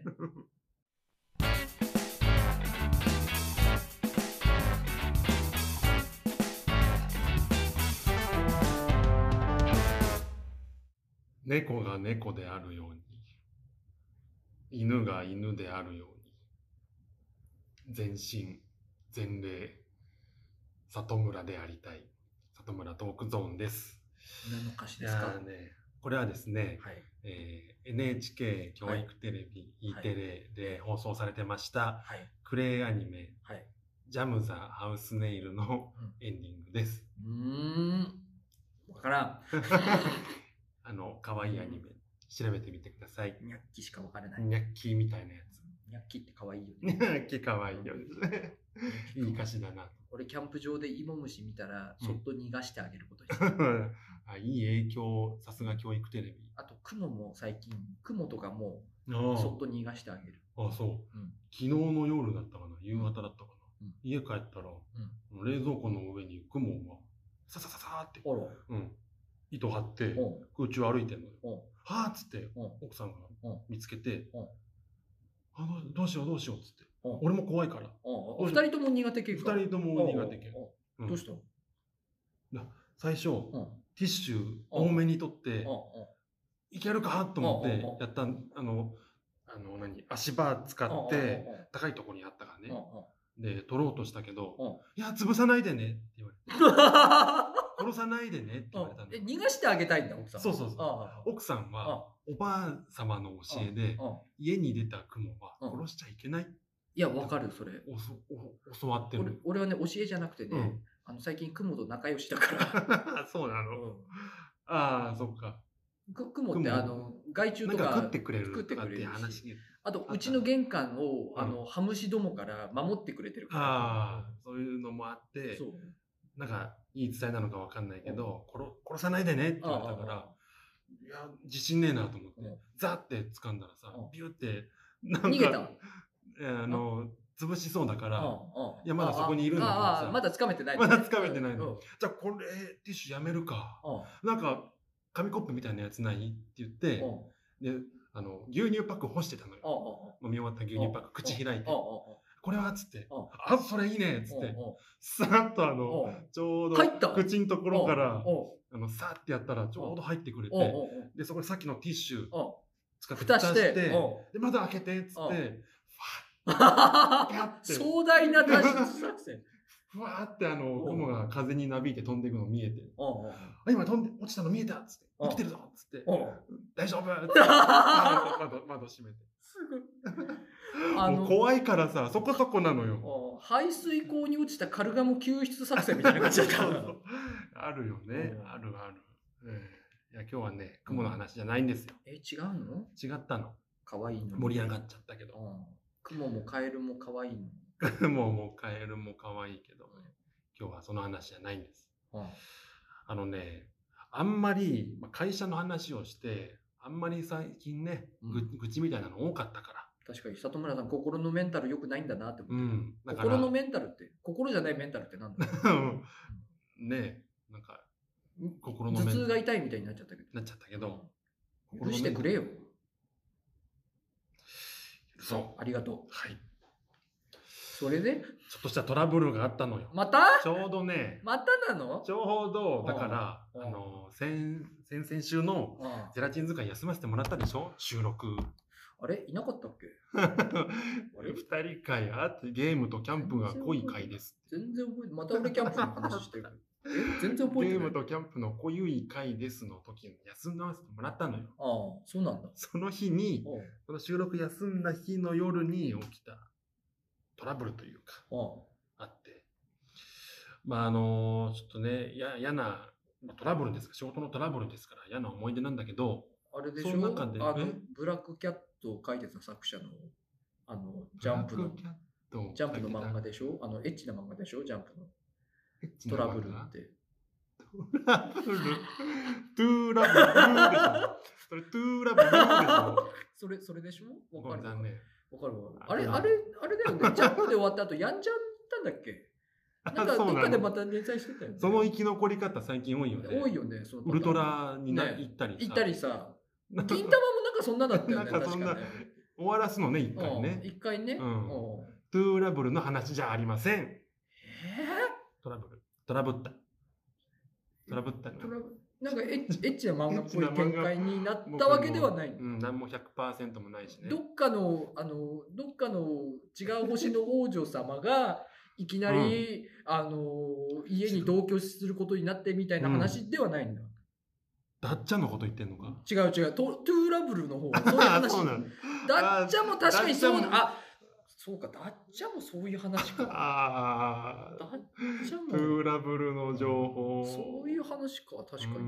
猫が猫であるように、犬が犬であるように、全身、全霊、里村でありたい。里村トークゾーンです。 何の歌詞いですか？ やーね、これはですね、 はい。 えー エヌエイチケー 教育テレビ、 はい E テレで放送されてました、 はい。 クレイアニメ、 はい。 ジャム・ザ・ハウスネイルのエンディングです。 うーん。わからん。 あの、可愛いアニメ、調べてみてください。 ニャッキしかわからない。 ニャッキーみたいなやつ。 ニャッキって可愛いよニね。 ャッキー可愛いよね。いい歌詞だな。 俺キャンプ場でイモムシ見たら、 うんそっと逃がしてあげることにした。 あ、いい影響、さすが教育テレビ。 あと、クモも最近、クモとかもああそっと逃がしてあげる。 あ、そう。 うん。 昨日の夜だったかな、夕方だったかな。 うん家帰ったら、 うん。 冷蔵庫の上に雲が、ささささーって、 あら。 うん、糸張ってうん。 空中歩いてんのよ。 うん。 はーっつって、 うん。 奥さんがうん見つけて、 うんあの、どうしようどうしようっつって。 うん。 俺も怖いから。 うん。二人とも苦手系か。 二人とも苦手系。 うんうんどうしたの？ 最初、 うん。 ティッシュ多めに取って、 うん。 いけるかと思ってうんうんうんやったん、あの、あの、何、足場使って、高いところにあったからね。で、取ろうとしたけど、いや、潰さないでねって言われて。殺さないでねって言われたんだ。 え、逃がしてあげたいんだ、奥さん。 そうそうそう。奥さんは、おばあ様の教えで、家に出た雲は殺しちゃいけない。 いや、わかる、それ。 教わってる。 俺はね、教えじゃなくてね、あの最近雲と仲良しだから。 そうなの。ああ、そっか。 雲ってあの害虫とか食ってくれる食ってくれる話。 あとうちの玄関をあのハムシどもから守ってくれてるから。 ああ、そういうのもあって、なんかいい伝えなのかわかんないけど、殺さないでねって言われたから、いや自信ねえなと思って、ザって掴んだらさ、ビュってなんか逃げた。 あの潰しそうだから、いやまだそこにいるんだけどさ、 まだ掴めてないまだ掴めてないの。じゃあこれティッシュやめるか。なんか紙コップみたいなやつないって言って、で、あの、牛乳パック干してたのよ。飲み終わった牛乳パック、口開いて。これはっつって、あ、それいいねっつって、さーっとあの、ちょうど口のところから、あの、さーってやったらちょうど入ってくれて、で、そこでさっきのティッシュ使って蓋して、で、まだ開けてっつって、 ファッ壮大な脱出作戦。 ふわーってあの、雲が風になびいて飛んでいくの見えて、今飛んで落ちたの見えたっつって、生きてるぞっつって、大丈夫って、窓閉めて。もう怖いからさ、そこそこなのよ。 排水溝に落ちたカルガモ救出作戦みたいな感じだった。 あるよね、あるある。いや、今日はね、雲の話じゃないんですよ。 え、違うの？ 違ったの。 可愛いの。 盛り上がっちゃったけど。 雲もカエルも可愛いの。 もう、もうカエルも可愛いけど、今日はその話じゃないんです。あのね、あんまり会社の話をして、あんまり最近ね、愚痴みたいなの多かったから。 確かに里村さん、心のメンタル良くないんだなって思って。心のメンタルって、心じゃないメンタルってなんだろうねえ、なんか、心のメンタル。 頭痛が痛いみたいになっちゃったけど。 なっちゃったけど。 許してくれよ。 そう。 ありがとう。 はい。 それでちょっとしたトラブルがあったのよ。 またちょうどね。 またなのちょうど、だから、あの、先、先々週のゼラチン図鑑休ませてもらったでしょ収録。 あれいなかったっけあれ二人会あってゲームとキャンプが濃い会です。 全然覚えてまた俺キャンプの話してる。え全然覚えてない。 ゲームとキャンプの濃い会ですの時に休ませてもらったのよ。 ああ、そうなんだ。 その日に、この収録休んだ日の夜に起きたトラブルというか、あって。まあ、あの、ちょっとね、や、嫌なトラブルですか、仕事のトラブルですから嫌な思い出なんだけど、 あれでしょ、 その中であのえブラックキャットを描いてた作者のあのジャンプのブラックキャットをジャンプの描いてた漫画でしょ、あのエッチな漫画でしょ、ジャンプのエッチな漫画トラブルって。 トラブルトゥーラブルでしょ。それトゥーラブルでしょ。 それそれでしょ。わかる。 残念。 わかるわ。あれあれあれだよね。ジャンプで終わった後やんちゃったんだっけ。なんかどっかでまた連載してたよね。 その生き残り方最近多いよね。 多いよね。そのウルトラにな、 ね、 行ったりさ。 行ったりさ。銀玉もなんかそんなだったよね。 なんかそんな、ね、終わらすのね、一回ね。 一回ね。うん。 トゥーラブルの話じゃありません。えー、 トラブル。トラブった。トラブったな。 トラブなんかエッチエッチな漫画っぽい展開になったわけではない。 うん、何も ひゃくパーセント もないしね。 どっかの、あの、どっかの違う星の王女様が、いきなり、うん、あの、家に同居することになってみたいな話ではないんだ。うん、 ダッチャのこと言ってんのか。 違う違う。ト, トゥーラブルの方。そういう話。そうなんダッチャも確かにそうだ。あ、そうか。ダッチャもそういう話か。 ああ。 ダッチャも。 トゥーラブルの情報。 そういう話か。確かに。うん、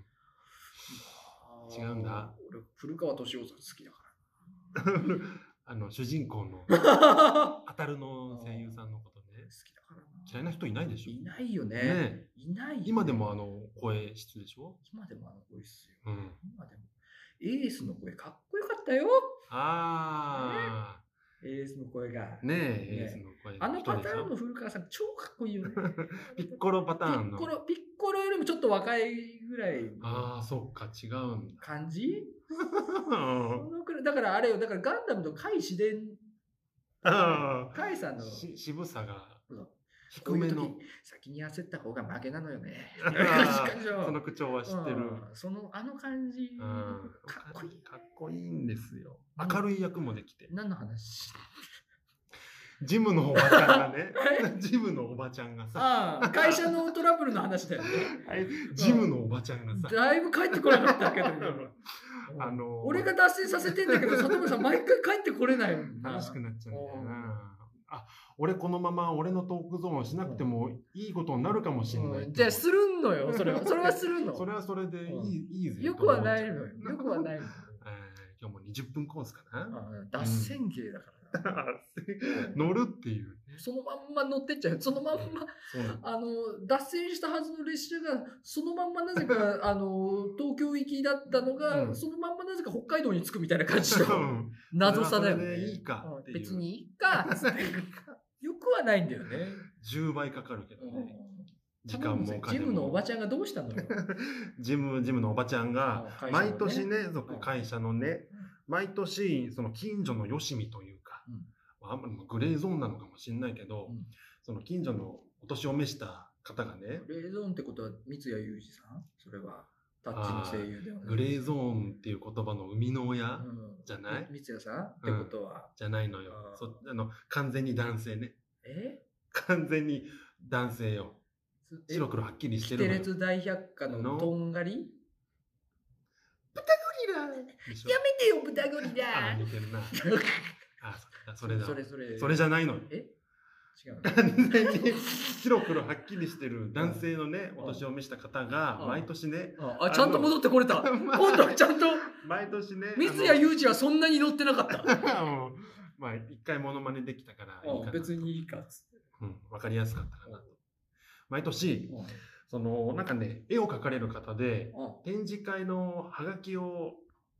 違うんだ。 俺、古川敏夫さん好きだから。 あの、主人公の、当たるの声優さんのことね。 好きだからな。 嫌いな人いないでしょ。 いないよね。 ねいないよね。 今でもあの、声質でしょ。 今でもあの声質よ。 うん。 今でも。エースの声かっこよかったよ。 ああ。 エースの声が。 ねえ、エースの声。 あのパターンの古川さん、超かっこいいよね。 ピッコロパターンの。 ピッコロ、ピッコロよりもちょっと若いぐらい。 ああ、そっか、違うんだ。 感じだからあれよ、だからガンダムの甲斐自伝。甲斐さんの。 渋さが。低めの。 先に焦った方が負けなのよね。 その口調は知ってる。 その、あの感じ。かっこいい。 かっこいいんですよ。明るい役もできて。 何の話？ ジムのおばちゃんがね。ジムのおばちゃんがさ。 ああ、会社のトラブルの話だよね。 ジムのおばちゃんがさ。 だいぶ帰ってこなかったけど。 あの俺が脱線させてんだけど、里村さん毎回帰ってこれないもんな。 楽しくなっちゃうんだよな。あ、俺このまま俺のトークゾーンをしなくてもいいことになるかもしれない。 うん、じゃあするんのよ。それは。それはするの。 それはそれでいい、うん、いいぜ。 よくはないのよ。よくはないの。 今日もにじゅっぷんコースかな。 脱線芸だからな。 乗るっていう。 そのまんま乗ってっちゃう。そのまんま、あの、脱線したはずの列車が、そのまんまなぜか、あの、東京行きだったのが、うん、そのまんまなぜか北海道に着くみたいな感じの謎さだよね。 いいかっていう。 別にいいか。よくはないんだよね。 じゅうばいかかるけどね。時間もお金も。 ジムのおばちゃんがどうしたのよ。 ジム、ジムのおばちゃんが、毎年ね、会社のね、毎年、その近所のよしみというか、あんまりグレーゾーンなのかもしれないけど、その近所のお年を召した方がね。 グレーゾーンってことは三谷裕二さん？それは。タッチの声優ではない。 グレーゾーンっていう言葉の生みの親じゃない？ 三谷さんってことは。 じゃないのよ。そあの完全に男性ね。 え？ 完全に男性よ。白黒はっきりしてるのよ。 キテレツ大百科のとんがり？ 豚ゴリラ！やめてよ、豚ゴリラ！ あ、似てるな。あ、それだ。 それそれ。 それじゃないのよ。 え？違う。 完全に白黒はっきりしてる男性のね、お年を召した方が、毎年ね。 あ、ちゃんと戻ってこれた。今度はちゃんと。 毎年ね。 三谷裕二はそんなに乗ってなかった。 まあ、一回モノマネできたからいいかな。 別にいいかっつって。 うん、わかりやすかったかなと。毎年、その、なんかね、絵を描かれる方で、展示会のハガキを、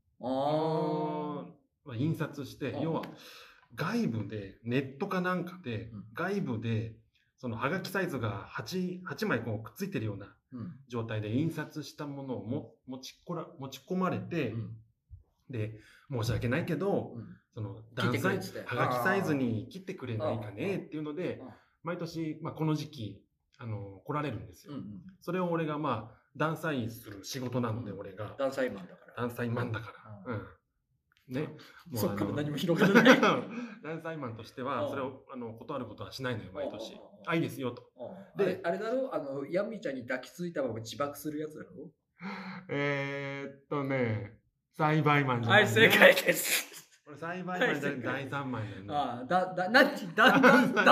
あ印刷して、要は、外部で、ネットかなんかで、うん、外部で、そのハガキサイズが 8, 8枚こうくっついてるような状態で印刷したものをも持ちこら持ち込まれて、うん、で、申し訳ないけど、うん、その断裁、ハガキサイズに切ってくれないかねっていうので、毎年、まあ、この時期、あの、来られるんですよ。うんうん、それを俺がまあ、断裁する仕事なので、俺が。 断裁マンだから。 断裁マンだから。うん。ね。 もうそっから何も広がらない。 断裁マンとしては、それを、あの、断ることはしないのよ、毎年。あ、いいですよ、と。 で、あれだろあの、ヤミちゃんに抱きついたまま自爆するやつだろえーっとね、栽培マンじゃない、 ね。はい、正解です。 これ栽培マンじゃない、大三枚だよね。 ああ、だ、だ、な、だ、だ、だ、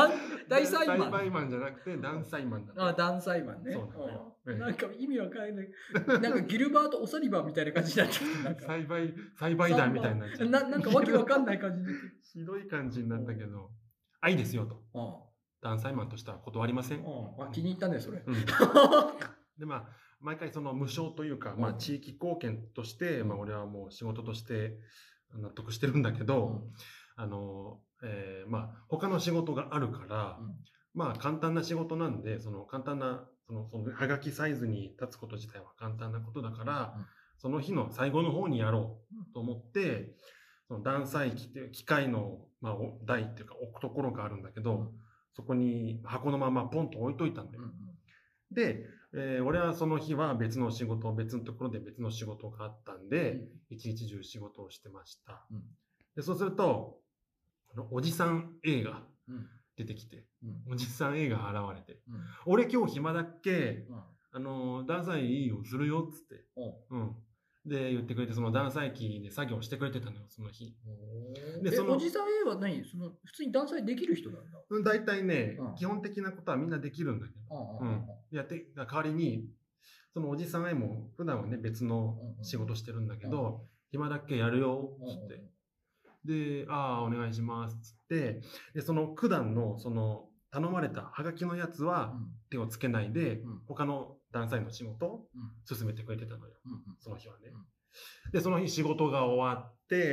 大裁判。 裁判マンじゃなくて、ダンサイマンだった。 あ、ダンサイマンね。 そうなのよ。 うんなんか意味わかんない。なんかギルバート・オサリバーみたいな感じになっちゃって、なんか。 栽培、栽培団みたいになっちゃう。 ななんかわけわかんない感じになって。 ひどい感じになったけど、愛ですよと。 あダンサイマンとしては断りません。 ああ気に入ったね、それ。 うん、で、まあ、毎回その無償というか、まあ、地域貢献として、まあ、俺はもう仕事として納得してるんだけど、あの、えー、まあ、他の仕事があるから、まあ、簡単な仕事なんで、その簡単な、その、その、はがきサイズに立つこと自体は簡単なことだから、うん、その日の最後の方にやろうと思って、その断裁機っていう機械の、まあ、台っていうか置くところがあるんだけど、うん、そこに箱のままポンと置いといたんだよ。うんうん、で、えー、俺はその日は別の仕事、別のところで別の仕事があったんで、うん、一日中仕事をしてました。うん、でそうすると、このおじさん A が、うん出てきて、うん、おじさん A が現れて、うん、俺今日暇だっけ、うん、あの、断裁いいよ、するよ、っつって。うん。で、言ってくれて、その断裁機で作業してくれてたのよ、その日。 で、その、おじさん A は何その、普通に断裁できる人なんだうん、大体ね、うん、基本的なことはみんなできるんだけど、うん。やって、代わりに、そのおじさん A も普段はね、別の仕事してるんだけど、うん、暇だっけやるよ、つって。で、ああ、お願いします、つって、で、その九段の、その、頼まれたハガキのやつは手をつけないで、うん、他の断裁の仕事を進めてくれてたのよ。うん、その日はね、うん。で、その日仕事が終わって、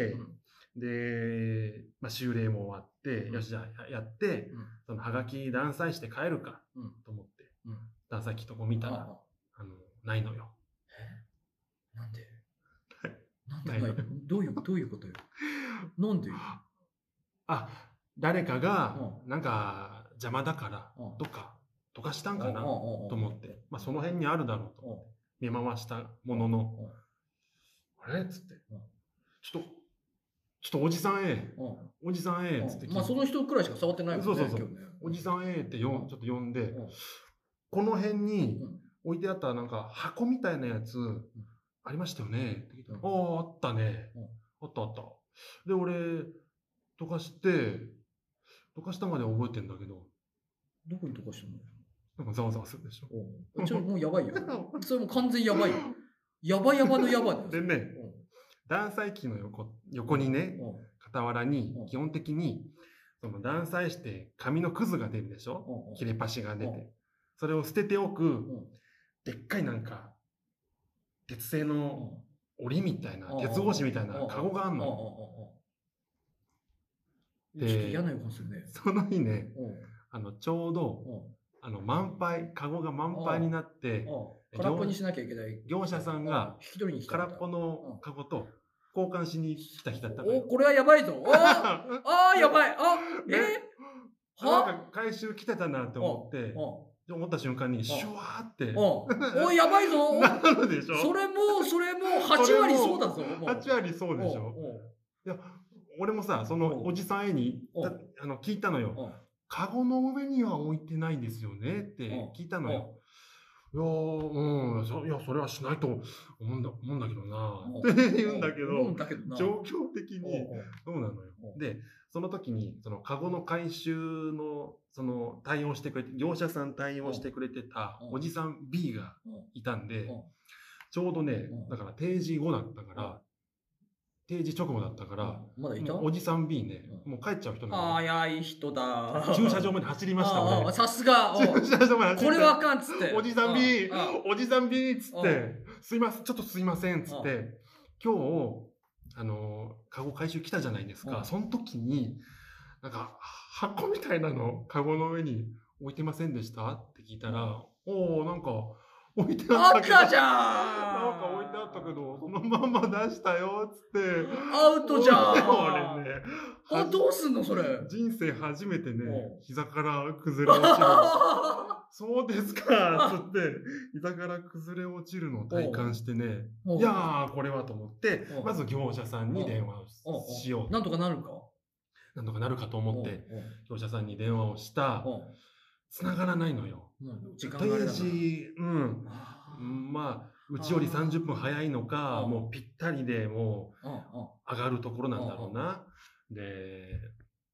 うん、で、まあ、修例も終わって、うん、よし、じゃあやって、うん、そのハガキ断裁して帰るか、と思って、うん、断裁機とこ見たら、ああの、ないのよ。 えなんでなんでないのどういう、どういうことよなんであ、誰かが、なんか、邪魔だから、どっか、溶かしたんかなと思って、まあ、その辺にあるだろうと、見回したものの、あれっつって、ちょっと、ちょっとおじさん A、おじさん A っつって。 まあ、その人くらいしか触ってないもんね。 そうそうそう。おじさん A ってよちょっと呼んで、この辺に置いてあったなんか箱みたいなやつ、ありましたよねって聞いたら、ああ、あったね。あったあった。で、俺、溶かして、溶かしたまでは覚えてんだけど。 どこに溶かしたのなんかざわざわするでしょ。 ちょ、もうやばいよ。それも完全やばいよ。やばやばのやばでね、断裁機の横、横にね、傍らに、基本的に、その断裁して紙のくずが出るでしょ。切れ端が出て。それを捨てておく、でっかいなんか、鉄製の檻みたいな、鉄格子みたいなカゴがあんの。 で、ちょっと嫌な予感するね。 その日ね、あの、ちょうど、あの、満杯、カゴが満杯になって、 空っぽにしなきゃいけない。 業者さんが、 引き取りに来た。 空っぽのカゴと交換しに来た日だったの。 お、これはやばいぞ。ああ、やばい。あ、えはなんか回収来てたなって思って、思った瞬間に、シュワーって。 おい、やばいぞ。 なるでしょ。 それも、それもはち割そうだぞ。 はち割そうでしょ。いや、俺もさ、そのおじさんへに、あの、聞いたのよ。カゴの上には置いてないですよねって聞いたのよ。いやー、うん、そいや、それはしないと思うんだ、思うんだけどなって言うんだけど、状況的に、そうなのよ。で、その時に、そのカゴの回収の、その対応してくれて、業者さん対応してくれてたおじさん B がいたんで、ちょうどね、だから定時後だったから、定時直後だったから、 まだいたおじさん B ね、もう帰っちゃう人なの。ああ、やい人だ。 駐車場まで走りました俺。さすが。 駐車場まで走りこれはあかんっつって。 おじさん B、おじさん B っつって、すいません、ちょっとすいませんっつって、今日、あの、カゴ回収来たじゃないですか。その時に、なんか、箱みたいなの、カゴの上に置いてませんでしたって聞いたら、おおなんか、置いてあったけど。 あったじゃんなんか置いてあったけど、そのまんま出したよ、つって。 アウトじゃんあれね。 あ、どうすんのそれ。 人生初めてね、膝から崩れ落ちる。そうですか、つって、膝から崩れ落ちるのを体感してね。いやー、これはと思って、まず業者さんに電話をしよう。 なんとかなるかなんとかなるかと思って、業者さんに電話をした。繋がらないのよ。 時間があれだから。 定時、うん。まあ、うちよりさんじゅっぷん早いのか、もうぴったりでもう上がるところなんだろうな。で、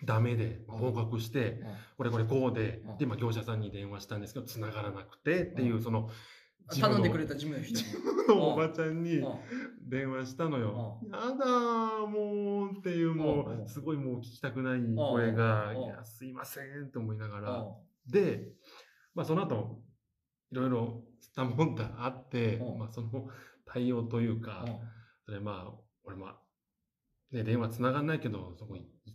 ダメでうん報告して、 うんこれこれこうでうん、 で、今業者さんに電話したんですけど、繋がらなくてっていうう、 んその、 頼んでくれた事務の人に。 おばちゃんにうん電話したのよ。 うやだー、もうっていう、 うんもう、すごいもう聞きたくない声が、いや、すいませんと思いながら。で、まあその後、いろいろスタモンタあって、 うんまあその対応というか、それまあ、俺まあ、ね、電話繋がんないけど、そこ行って、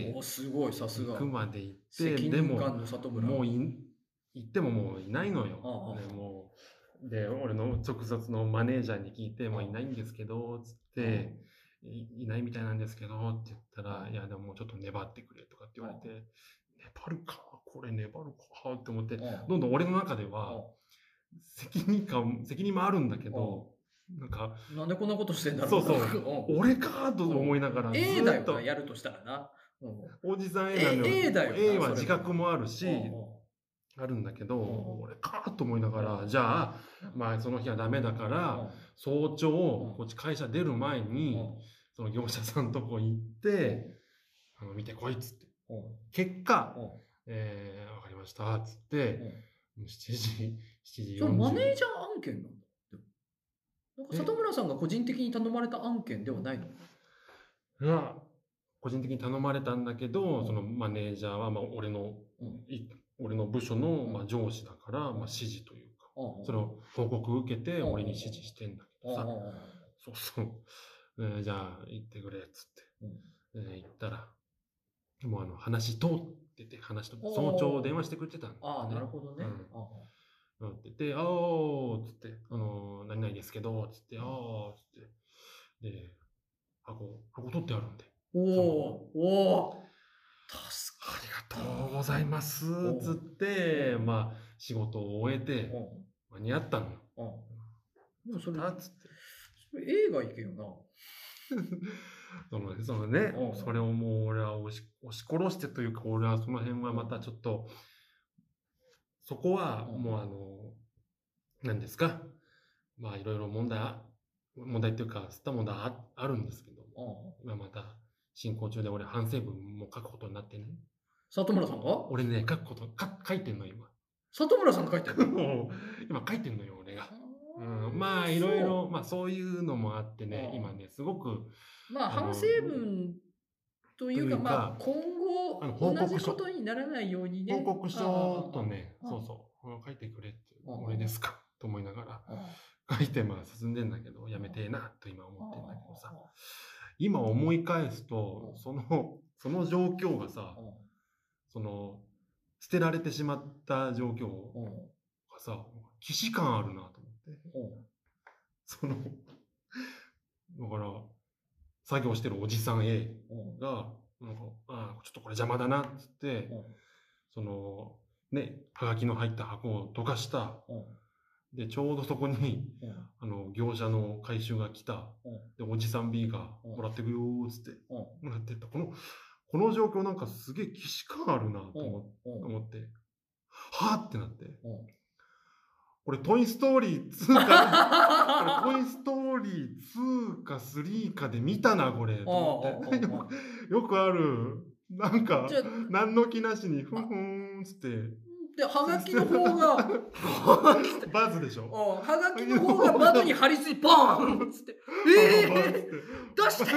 おすごい、さすが。 行くまで行って、 責でも、 任感の里村。 もうい行ってももういないのよ。 ああでもうで、俺の直属のマネージャーに聞いて、もういないんですけど、つって、いいないみたいなんですけど、って言ったら、いや、でももうちょっと粘ってくれとかって言われて、粘るか、これ粘るか、って思って、どんどん俺の中では、責任感、責任もあるんだけど、なんか、 なんでこんなことしてんだろう。 そうそう。俺かと思いながら、ずええだっとよな、やるとしたらな。 おじさん A なのよ。 え A だよな A はそれ自覚もあるし、 うんあるんだけど、 うん俺かと思いながら、 うんじゃあ、まあその日はダメだから、早朝、 うんこっち会社出る前に、その業者さんとこ行って、あの見てこいっつって。結果、えー、わかりました、っつって、しちじ、しちじそれよんじゅう。 マネージャー案件なんだ。なんか里村さんが個人的に頼まれた案件ではないの？ が、個人的に頼まれたんだけど、そのマネージャーは、まあ俺の、 うんい俺の部署の、まあ、上司だから、まあ指示というか、 うんそれを報告受けて、俺に指示してんだけどさ、 うんそうそう、えーじゃあ行ってくれ、っつって、えー行ったら、もうあの、話通ってて、話と、早朝電話してくれてたんだ、ね。 ああ、なるほどね。 うんうんって言って、あーっつって、あのー、何々ですけど、つって、あーっつって、で、箱、箱取ってあるんで。 おおおお助ありがとうございます、つって、まあ、仕事を終えて、間に合ったのよ。 でもそれ、 あつって。 それ映画行けよな。 そのそのね、それをもう俺は押し押し殺してというか、俺はその辺はまたちょっと、そこはもうあの、何ですか、まあいろいろ問題、問題っていうか、吸った問題ああるんですけど、今また進行中で俺反省文も書くことになってね。 里村さんが俺ね、書くことか書いてんの今。 里村さんが書いてるの今書いてんのよ俺が。うん、まあいろいろ、まあそういうのもあってね、今ね、すごく。 まあ反省文というか、まあ今後同じことにならないようにね。 報告書とね、そうそう、書いてくれって、俺ですかと思いながら書いてまあ進んでんだけど、やめてえなと今思ってんだけどさ、今思い返すと、その、その状況がさ、その、捨てられてしまった状況がさ、既視感あるなと思って。その、だから、作業してるおじさん A が、なんか、ああ、ちょっとこれ邪魔だなっつって、その、ね、はがきの入った箱をどかした。で、ちょうどそこに、あの、業者の回収が来た。で、おじさん B が、もらってくよーっつって、もらってった。この、この状況なんかすげえ既視感あるなと思思って、はぁってなって。これトイストーリーツーか、これトイストーリーツーかスリーかで見たな、これ。と思ってよくある、なんか、何の気なしに、ふんふんつって。 で、はがきの方が、 バズでしょ。 はがきの方が窓に張り付いて、ボーンつって、えぇ出してつって、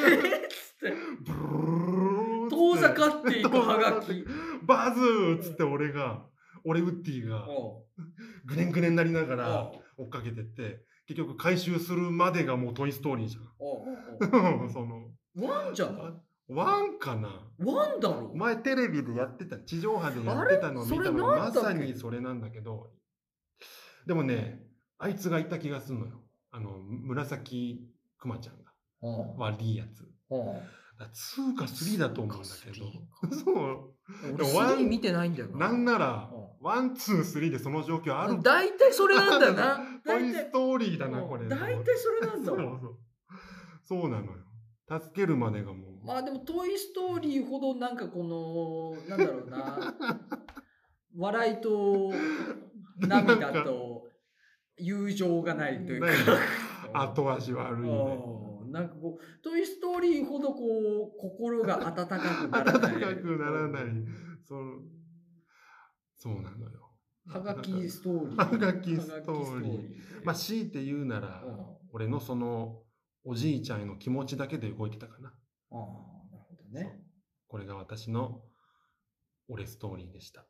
遠ざかっていくはがき。 バズーつって俺が、俺ウッディが、ぐねんぐねんなりながら追っかけてって、結局回収するまでがもうトイストーリーじゃん。その。 ワンじゃないワンかなワンだろ前テレビでやってた、地上波でやってたのを見たのがまさにそれなんだけど、でもね、あいつがいた気がするのよ。あの、紫くまちゃんが。悪いやつ。ツーかスリーだと思うんだけど。そう。 俺スリー見てないんだよな。なんなら、ワン、ツー、スリーでその状況ある。 大体それなんだよな。 トイストーリーだな、これ。 大体それなんだわ。 そうなのよ。助けるまでがもう。 まあでも、トイストーリーほどなんかこの、なんだろうな。笑いと涙と友情がないというか。 後味悪いね。 なんかこう、トイストーリーほどこう、心が温かくならない。 温かくならない。そう、そうなのよ。 はがきストーリー。 はがきストーリー。まあ、強いて言うなら、うん、俺のその、おじいちゃんへの気持ちだけで動いてたかな。 ああ、なるほどね。 これが私の俺ストーリーでした。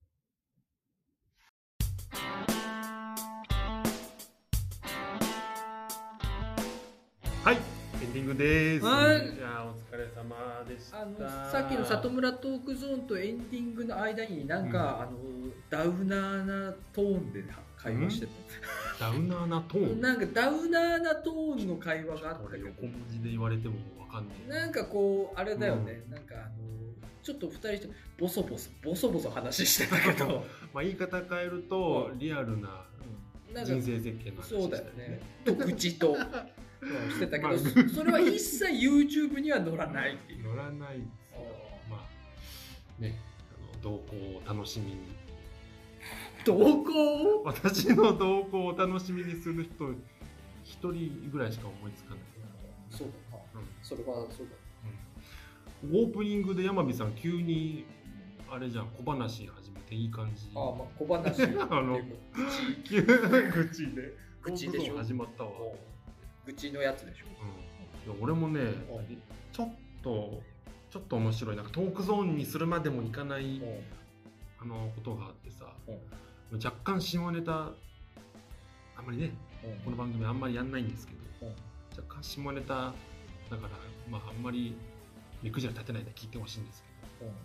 はい、エンディングです。いやお疲れ様でした。 あのさっきの里村トークゾーンとエンディングの間になんか、うん、あのダウナーなトーンで会話してた。ダウナーなトーン。 なんかダウナーなトーンの会話があったけど。 横文字で言われてもわかんない。 なんかこうあれだよね。うん、なんかあのちょっと二人してボソボソボソボソ話してたけど。 まあ言い方変えると、うん、リアルな人生設計の話でしたね。 そうだよね。と口と。してたけど、まあ、それは一切 YouTube には載らないっていう。 載らないですよ。まあね、あの動向を楽しみに。 動向？ 私の動向を楽しみにする人一人ぐらいしか思いつかない。 そうだな。うん、それはそうだ。 うん、オープニングで山火さん急にあれじゃん、小話始めていい感じ。 ああ、まあ小話。あの口口で口でしょ。 始まったわ。 口のやつでしょ、 うん、俺もねちょっとちょっと面白いなんかトークゾーンにするまでもいかないあのことがあってさ若干下ネタあんまりねこの番組あんまりやんないんですけど若干下ネタだからまああんまり目くじら立てないで聞いてほしいんですけど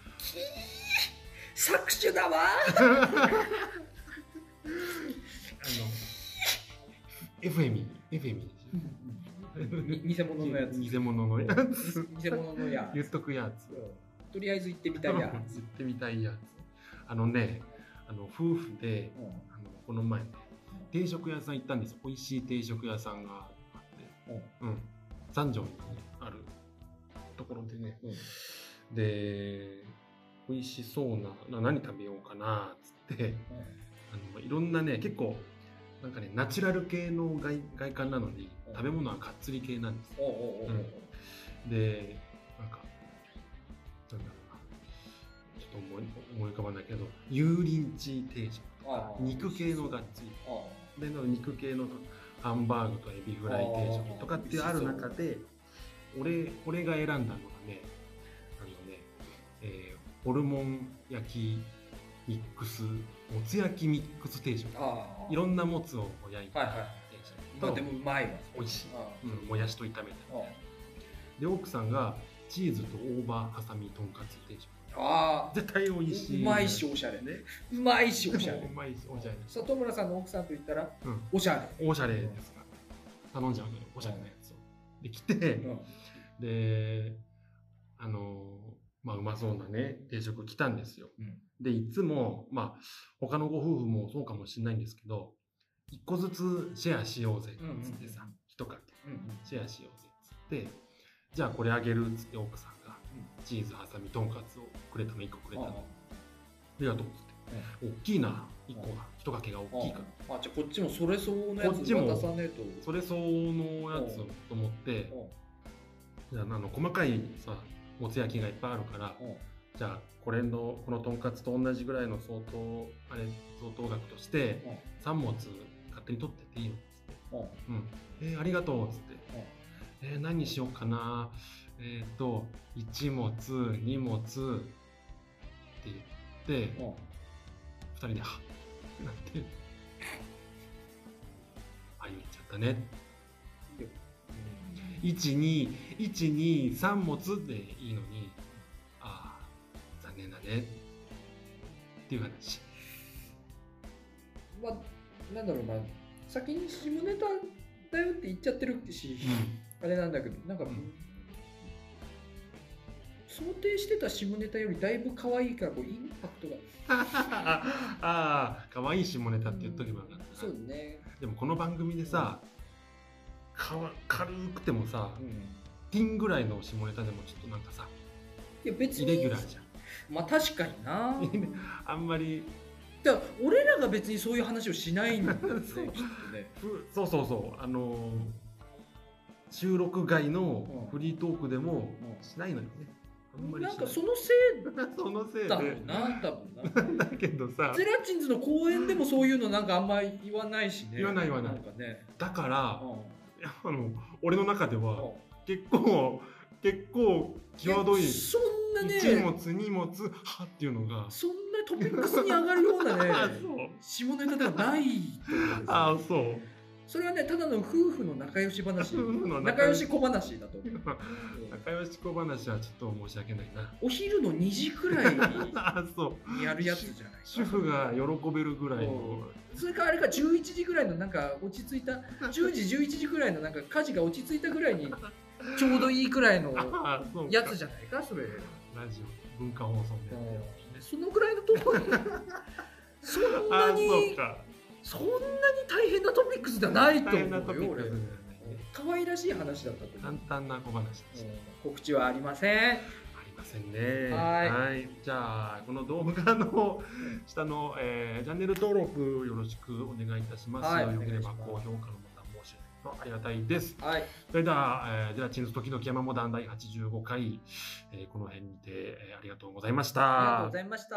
搾取だわあのエフエミエフエミ偽物のやつ偽物のやつ偽物のやつ言っとくやつとりあえず行ってみたいやつ行ってみたいやつあのねあの夫婦で、うん、あのこの前ね定食屋さん行ったんですよ。美味しい定食屋さんがあって、うんうん、三条にあるところでね、うん、で美味しそうな何食べようかなっつって、うん、あのいろんなね結構なんかねナチュラル系の 外, 外観なのに食べ物はがっつり系なんですよ。うん、でなんかなんだろうなちょっと思い思い浮かばないけど油淋鶏定食とか肉系のがっつりでの肉系のハンバーグとエビフライ定食とかってある中で俺俺が選んだのがねあのね、えー、ホルモン焼きミックスもつ焼きミックス定食いろんなもつを焼いた定食、 はいはい、でもうまいわ美味しい、うん、もやしと炒めたで奥さんがチーズと大葉はさみとんかつ定食あ絶対美味しい、 うまいしおしゃれねうまいしおしゃれうまいしおしゃれ里村さんの奥さんと言ったら、うん、おしゃれおしゃれですか頼んじゃうのよおしゃれなやつをで来て、うん、であのまあうまそうなね定食来たんですよ、うん、でいつもまあ他のご夫婦もそうかもしれないんですけど一個ずつシェアしようぜっつってさ一かけシェアしようぜっつってじゃあこれあげるっつって奥さんがチーズはさみとんかつをくれたのいっこくれたのありがとうっつって大きいないっこが一かけが大きいからあじゃあこっちもそれ相応のやつ渡さねえとそれ相応のやつと思ってじゃああの細かいさもつ焼きがいっぱいあるからじゃあこれのこのとんかつと同じぐらいの相当あれ相当額としてさんもつ勝手に取ってっていいのっつって、うんえー、ありがとうっつってえー、何にしようかなえっ、ー、といちもつにもつって言ってふたりではっなってあ言っちゃったねいちにいちにさんもつでいいのにああ残念だねっていう話まあなんだろうな先に下ネタだよって言っちゃってるし、うん、あれなんだけどなんか、うん、想定してた下ネタよりだいぶ可愛いからこうインパクトがああ可愛い下ネタって言っとけばよかった、 うん、そうねでもこの番組でさ、うん、かわ軽くてもさ、うん、ティンぐらいの下ネタでもちょっとなんかさいや別にイレギュラーじゃんまあ確かになあんまりだから俺らが別にそういう話をしないんだよねきっとね。 そうそうそう、あのー、収録外のフリートークでもしないのよね。あんまりしない。 なんかそのせいそのせいでだろうな、多分な。 だけどさ、 ゼラチンズの公演でもそういうのなんかあんまり言わないしね。 言わない言わないなんかね。 だから、 うん、 いやあの俺の中ではうん結構結構際どい、 そんなね、 一物二物はっていうのがそんなトピックスに上がるようなねそう下ネタではないと思うんですよ。 あそうそれはね、ただの夫婦の仲良し話、 夫婦の仲良し小話だと思う。 仲良し小話はちょっと申し訳ないな。 お昼のにじくらいにあそうやるやつじゃないか。 主婦が喜べるぐらいの。 それかあれかじゅういちじぐらいのなんか落ち着いたじゅうじじゅういちじぐらいのなんか家事が落ち着いたぐらいにちょうどいいくらいのやつじゃないかそれ。 ラジオ文化放送でやってるそのぐらいのところにそんなにそんなに大変なトピックスではないと思うよ俺。可愛らしい話だったと思う。 簡単な小話でした。 告知はありません。 ありませんね。 はいはい。じゃあこの動画の下の、えー、チャンネル登録よろしくお願いいたします。 はい、 よければ高評価のボタン申し上げるとありがたいです。 はい。 それでは、えー、ゼラチンズ時々山モダンだいはちじゅうごかい、えー、この辺にて、えー、ありがとうございました。 ありがとうございました。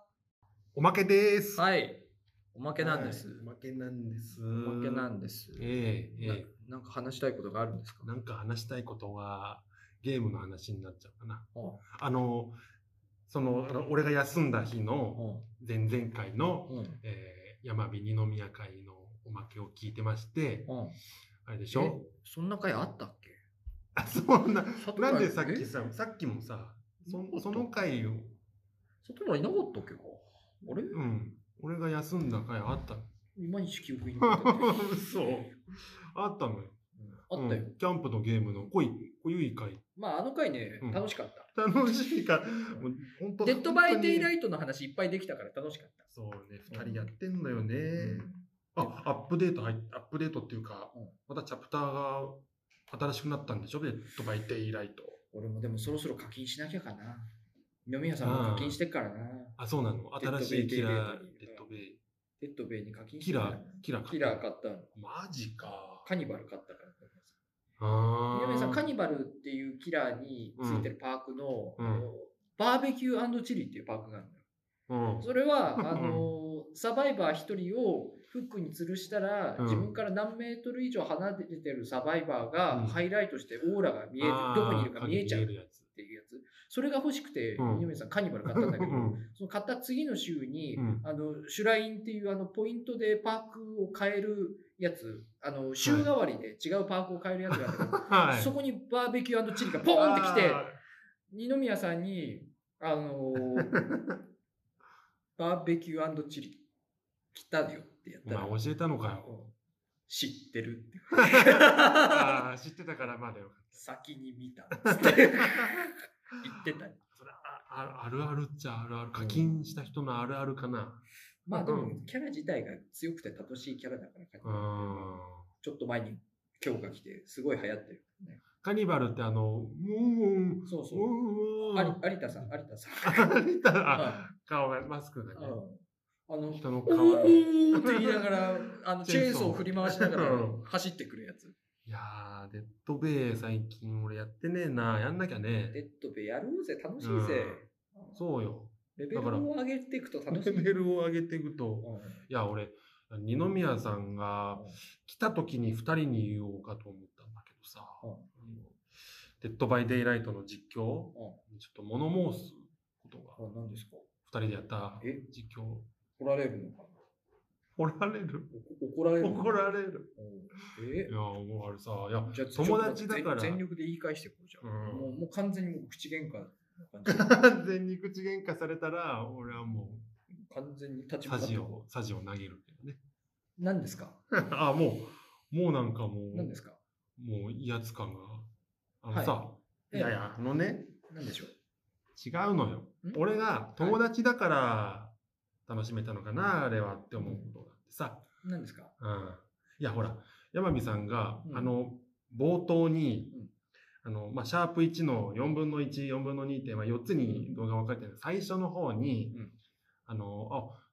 おまけです。 はい。おまけなんです。 はい、おまけなんです。 おまけなんです。 ええー、えー、な。なんか話したいことがあるんですか？ なんか話したいことは、ゲームの話になっちゃうかな。 はあ、あの、その、あの俺が休んだ日の前々回の、うん、えー、山火二宮会のおまけを聞いてまして、うん、あれでしょ？ そんな回あったっけ？ あ、そんな、なんでさっきさ、さっきもさ、そ, その回を。 里村いなかったっけか？あれ？ うん。俺が休んだ回あったの。 いまいち記憶になってない。 そう。あったのよ。 うん、あったよ、 うん。キャンプのゲームの濃い、濃い回。 まあ、あの回ね、うん、楽しかった。 楽しいか。もう本当デッドバイデイライトの話いっぱいできたから楽しかった。 そうね、二人やってんのよね。うん、あ、アップデート入っ、アップデートっていうか、うん、またチャプターが新しくなったんでしょ、デッドバイデイライト。 俺もでもそろそろ課金しなきゃかな。二宮さんも課金してっからな。 あ、そうなの。新しいキラー、デッドベイ。 デッドベイに課金してキラー、キラー買った。 キラー買ったの。 マジか。 カニバル買ったから。 あ二宮さん、カニバルっていうキラーについてるパークの、うん、バーベキュー&チリっていうパークがあるのよ。うん、それは、あの、サバイバー一人をフックに吊るしたら、うん、自分から何メートル以上離れてるサバイバーがハイライトしてオーラが見えて、うん、どこにいるか見えちゃうっていうやつ。それが欲しくて、二宮さんカニバル買ったんだけど、うん、その買った次の週に、うん、あの、シュラインっていうあの、ポイントでパークを変えるやつ、あの、週替わりで違うパークを変えるやつがあったけど、はい、そこにバーベキュー&チリがポーンって来て、二宮さんに、あのー、バーベキュー&チリ来たよってやったら。 まあ教えたのかよ。 知ってるって。 ああ、知ってたからまだよかった。 先に見たっつって言ってた。 それああるあるっちゃあるある。課金した人のあるあるかな。 うん、まあでも、キャラ自体が強くて楽しいキャラだから、ちょっと前に今日が来て、すごい流行ってる、ね。 カニバルってあの、うんうん、そうそう。有田さん、有田さん。 有田、あ、顔が、マスクがね。 あの、 人の顔が。って言いながら、あの、チェーンソーを振り回しながら走ってくるやつ。 いやー、デッドベイ最近俺やってねえな。やんなきゃね。 デッドベイやろうぜ、楽しいぜ。 そうよ。 レベルを上げていくと楽しい。 レベルを上げていくと。いや、俺、二宮さんが来た時に二人に言おうかと思ったんだけどさ。デッドバイデイライトの実況、ちょっと物申すことが。 何ですか？ 二人でやった実況。 怒られるのかな？ 怒られる怒られる怒られる。 え？ いや、もうあれさ、いや、友達だから。 全力で言い返してこうじゃん。もう、もう完全にもう口喧嘩。 完全に口喧嘩されたら、俺はもう。完全に立ち向かって。サジを、サジを投げるけどね。 何ですか？ あ、もう、もうなんかもう。 何ですか？ もう威圧感が。あのさ、はい、いやいや、あのね。 何でしょう？ 違うのよ。俺が友達だから楽しめたのかな、はい、あれはって思うことがあってさ。 何ですか？ うん。いや、ほら、山美さんが、うん、あの、冒頭に、うん、あの、まあ、シャープいちのよんぶんのいち、よんぶんのにって、まあ、よっつに動画分かれてる最初の方に、うん、あの、あ、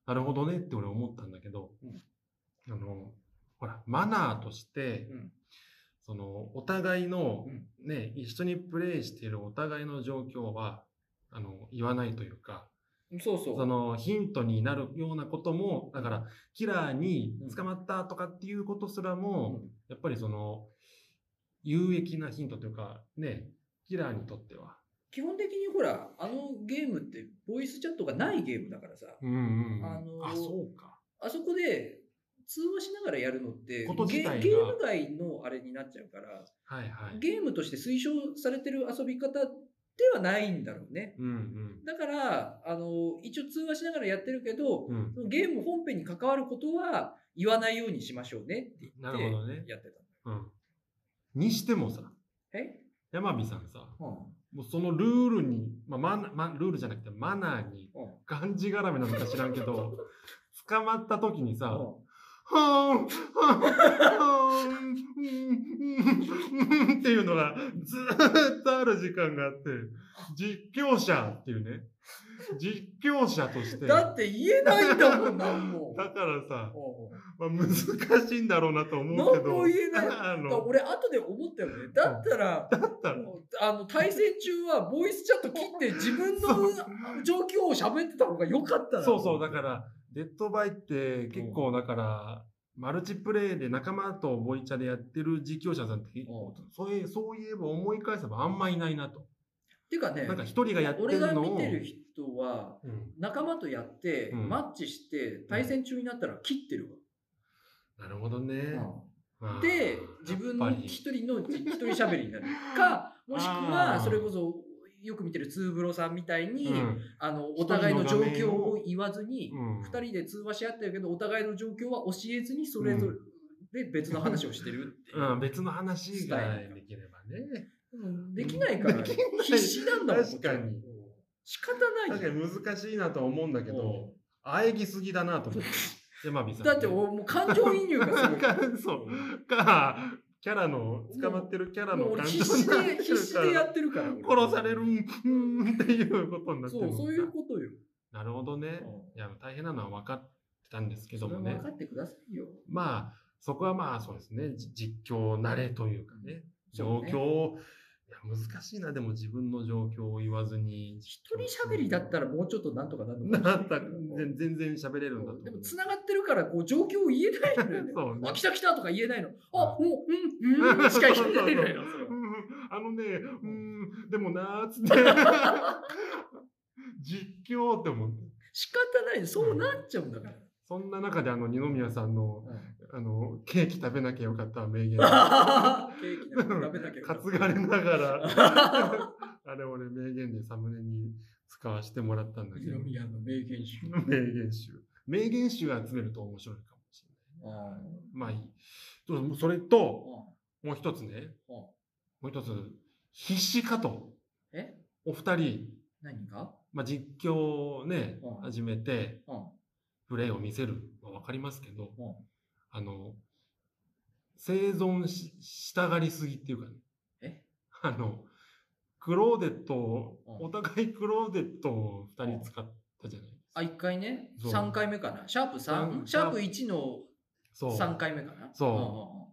なるほどねって俺思ったんだけど、 うん、 あの、ほら、マナーとして、うん、その、お互いの、うん、ね、一緒にプレイしているお互いの状況は、あの、言わないというか、 そうそう。 その、ヒントになるようなことも、だから、キラーに捕まったとかっていうことすらも、うん、やっぱりその、有益なヒントというか、ね、キラーにとっては。 基本的にほら、あのゲームってボイスチャットがないゲームだからさ。 うんうんうん、あのあ、そうか。 あそこで通話しながらやるのってこと自体がゲ、ゲーム外のあれになっちゃうから、 はいはい、 ゲームとして推奨されてる遊び方ではないんだろうね。 うんうん、 だから、あの、一応通話しながらやってるけど、うん、ゲーム本編に関わることは言わないようにしましょうねって言ってやってたんだよ。なるほどね。うん。 にしてもさ、 え山火さんさ、うん、もうそのルールに、まあ、マナま、ルールじゃなくてマナーに、がんじがらめなのか知らんけど、捕まった時にさ、はーん、はーん、っていうのがずーっとある時間があって、実況者っていうね、実況者として。 だって言えないんだもん、なんも。 だからさ、まあ、難しいんだろうなと思うけど。 なんも言えない。あの俺、後で思ったよね。だったら、 だったらあの、対戦中はボイスチャット切って自分の状況を喋ってた方が良かったな。 そうそう、だから、デッドバイって結構だから、マルチプレイで仲間とボイチャでやってる実況者さんって、そういえそういえば思い返せばあんまいないなと。 っていうかね、 なんか一人がやってるのを俺が見てる人は、仲間とやって、うん、マッチして、対戦中になったら切ってるわ。なるほどね。 うん、で、自分の一人の一人喋りになるか、もしくは、それこそ、よく見てるツーブロさんみたいに、うん、あの、お互いの状況を言わずに、二、うん、人で通話し合ってるけど、お互いの状況は教えずに、それぞれで別の話をしてるっていう。 うん、別の話ができればね。 できないから、必死なんだもん。 確かに。 仕方ない。 確かに難しいなと思うんだけど、あえぎすぎだなと思って。山火さん。 だってもう感情移入がする。そう。か、キャラの、捕まってるキャラの感情必死で、必死でやってるから。 殺されるん、うんっていうことになってる。 そう、そういうことよ。 なるほどね。いや、大変なのは分かってたんですけどもね。 分かってくださいよ。 まあ、そこはまあそうですね。実況慣れというかね。状況を、いや難しいな、でも自分の状況を言わずに。 一人喋りだったらもうちょっとなんとかなるのかなった全然喋れるんだと。 でも繋がってるからこう状況を言えないのよね。そうね。あ、来た来たとか言えないの。あ、もう、うん、うん、しか言えないのよ。 あのね、うん、でもなーつって。実況って思って。 仕方ない。そうなっちゃうんだから。 そんな中であの二宮さんの、あの、ケーキ食べなきゃよかった名言。ケーキ食べなきゃよかった。 担がれながら、あれ俺名言でサムネに使わせてもらったんだけど。 二宮の名言集。 名言集。名言集集めると面白いかもしれない。まあいい。それと、もう一つね。もう一つ、必死かと。 えお二人。 何がまあ実況をね、始めて、プレイを見せるはわかりますけど、あの、生存ししたがりすぎっていうかね。 えあの、クローデットを、お互いクローデットを二人使ったじゃないですか。 あ、一回ね。三回目かな。シャープさん、シャープいちの三回目かな。 そう。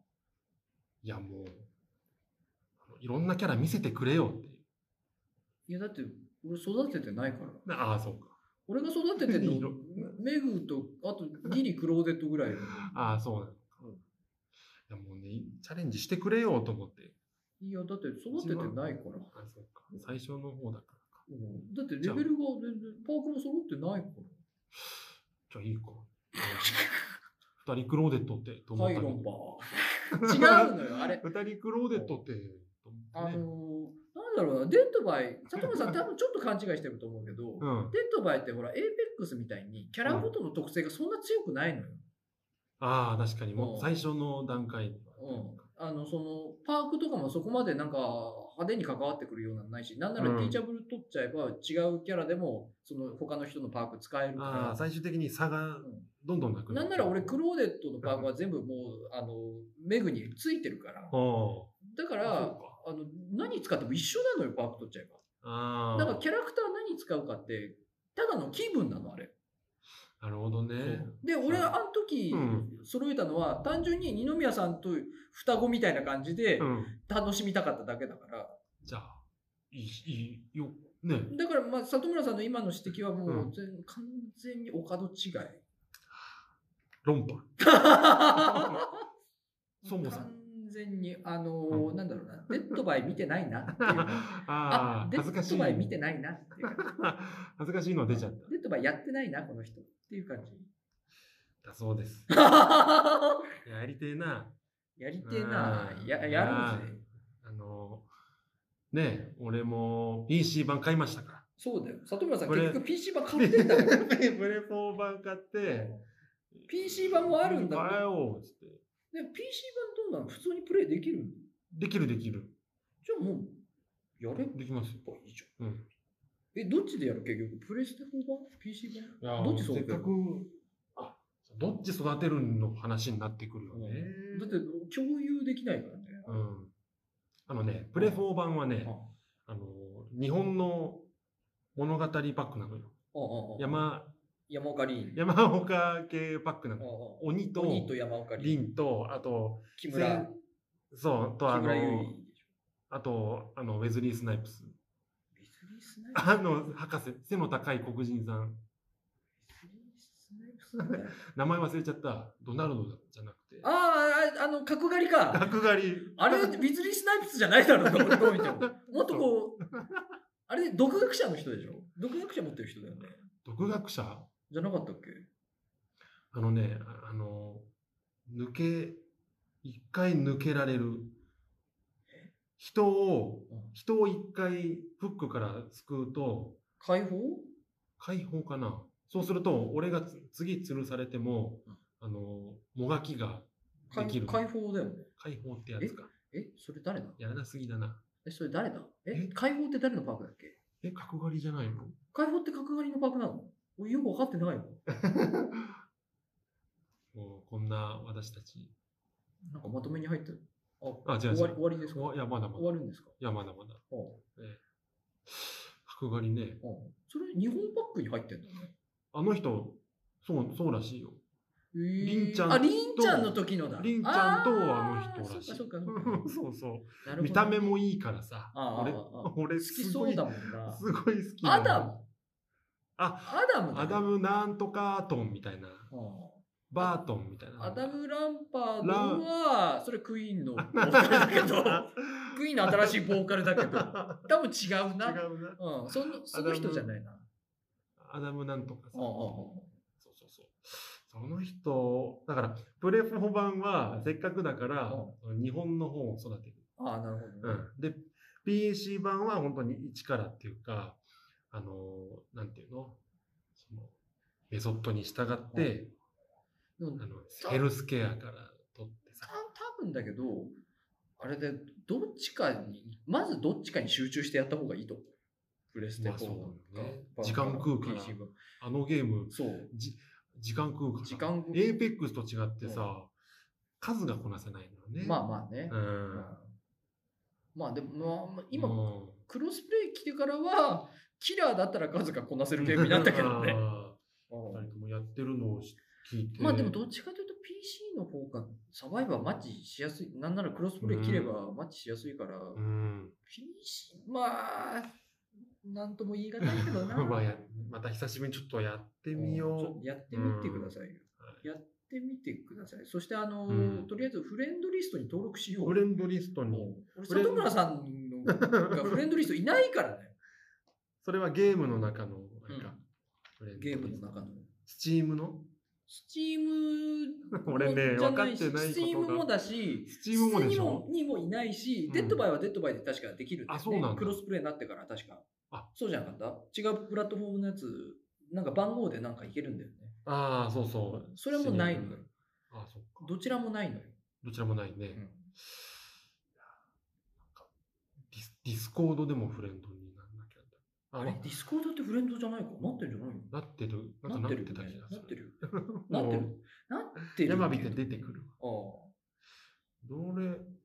いやもう、いろんなキャラ見せてくれよって。 いやだって、俺育ててないから。 ああ、そうか。 俺が育ててるの、メグと、あとギリクローデットぐらい。 ああ、そうなのか。いやもうね、チャレンジしてくれよと思って。 いや、だって育ててないから。 あ、そうか。最初の方だからか。 うん、だってレベルが全然、パークも揃ってないから。 じゃあいいか。二人クローデットってと思ったけど。違うのよ、あれ。 二人クローデットって、 あのー、なんだろうな、デッドバイ、里村さん多分ちょっと勘違いしてると思うけど、うん、デッドバイってほら、エーペックスみたいにキャラごとの特性がそんな強くないのよ。 うん、ああ、確かに、もう最初の段階。 うん。あの、その、パークとかもそこまでなんか派手に関わってくるようなのないし、なんならティーチャブル取っちゃえば違うキャラでも、その他の人のパーク使えるから。 ああ、最終的に差がどんどんなくなる。なんなら俺、クローデットのパークは全部もう、あの、メグについてるから。だから、あの、何使っても一緒なのよ、パーク取っちゃえば。だからキャラクター何使うかって、ただの気分なの、あれ。 なるほどね。 で、俺はあの時、揃えたのは、単純に二宮さんと双子みたいな感じで、楽しみたかっただけだから。 うん、じゃあ、いい、いいよ。ね。 だから、まあ、里村さんの今の指摘はもう、うん、完全にお門違い。 論破。そもそも。 完全に、あのーうん、なんだろうな、デッドバイ見てないなっていう。 ああ、 デッドバイ見てないなっていう。 恥ずかしいの出ちゃった。 デッドバイやってないな、この人。っていう感じ。 だそうです。やりてえな。 やりてえな。や、やろうぜ。 あのー、ねえ、俺も ピーシー 版買いましたから。 そうだよ。里村さん結局 ピーシー 版買ってんだから。 プレフォー版買って、 ピーシー 版もあるんだ買えよ、つって。 でも ピーシー 版どうなの？普通にプレイできる？ できるできる。 じゃあもう、やれできますよ。 いいじゃん。うん。え、どっちでやる結局？プレステフォー版 ピーシー 版どっち育てる？ せっかく、あ、どっち育てるの話になってくるよね。 うん、だって共有できないからね。 うん。あのね、プレフォー版はね、あの、日本の物語パックなのよ。山、 山岡凛。 山岡系パックなの。鬼と、 鬼と山岡凛と、あと、 木村。 そう、と、あの、あと、あの、ウェズリー・スナイプス。 ウェズリー・スナイプスあの、博士、背の高い黒人さん。ウェズリー・スナイプス名前忘れちゃった。ドナルドじゃなくて。 ああ、あの、角刈りか。 角刈り。 あれ、ウェズリー・スナイプスじゃないだろう、どう見ても。もっとこう、あれ、独学者の人でしょ？独学者持ってる人だよね。 独学者じゃなかったっけ？ あのね、あの、抜け、一回抜けられる。人を、人を一回フックから救うと、 解放？ 解放かな。そうすると、俺が次吊るされても、うん、あの、もがきができる。 解放だよね。 解放ってやつか。 え、えそれ誰だ？ やらなすぎだな。 え、それ誰だ？え、解放って誰のパークだっけ？ え、角刈りじゃないの？ 解放って角刈りのパークなの？俺よくわかってないよ。 もう、こんな私たち。 なんかまとめに入ってる。 あ、違う違う。 終わり、終わりですか？ いや、まだまだ。 終わるんですか？ いや、まだまだ。ええ、角刈りね。 それ、日本パックに入ってんだね。 あの人、そう、そうらしいよ。 えー、りんちゃんと。あ、りんちゃんの時のだ。 りんちゃんとあの人らしい。 そうか、そうか。 そうそう。見た目もいいからさ。俺、俺、 好きそうだもんな。 すごい好き。 アダム。 あ、 アダムアダムなんとかトンみたいな。バートンみたいな。 アダム・ランパードは、それクイーンのボーカルだけど、クイーンの新しいボーカルだけど、多分違うな。 違うな。 うん。その、その人じゃないな。 アダムなんとかさ。そうそうそう。その人、だから、プレフォー版は、せっかくだから、日本の方を育てる。 ああ、なるほど、ね。 うん。で、ピーシー 版は本当に一からっていうか、あの、なんていうのその、メソッドに従って、あのヘルスケアから取ってさ。 多分だけど、あれで、どっちかに、まずどっちかに集中してやった方がいいと思う。プレステフォーとか、 ね。時間食うから。あのゲーム、 そうじ時間食うから。 時間食う。 エーペックスと違ってさ、うん、数がこなせないのよね。 まあまあね。うん、まあでも、まあ、今、うん、クロスプレイ来てからは、キラーだったら数がこなせるゲームになったけどね。 ふたりともやってるのを聞いて。 まあでもどっちかというと ピーシー の方がサバイバーマッチしやすい。なんならクロスプレイ切ればマッチしやすいから、うん、ピーシー、まあ、なんとも言い難いけどな。 まあや、また久しぶりにちょっとやってみよう。ちょっとやってみてくださいよ。うん、やってみてください。そしてあの、うん、とりあえずフレンドリストに登録しよう。 フレンドリストに。 俺、里村さんのがフレンドリストいないからね。 それはゲームの中の、なんか、 うん、ゲームの中の。 スチームのスチーム俺ね、分かってないことが。 スチームもだし、 スチームもでしょにもいないし、うん、デッドバイはデッドバイで確かできるんだよね。 あ、そうなんだ。 クロスプレイになってから確か。あ、そうじゃなかった違うプラットフォームのやつ、なんか番号でなんかいけるんだよね。 ああ、そうそう。 それもないのよ。 ああ、そっか。 どちらもないのよ。 どちらもないね。うん、なんかディス、ディスコードでもフレンドにならなきゃ。 あれ、ディスコードってフレンドじゃないかなってるんじゃないのなってる。なんかなってた気がする。 なってる。なってる。なってる。 山火って出てくる。 ああ。 どれ、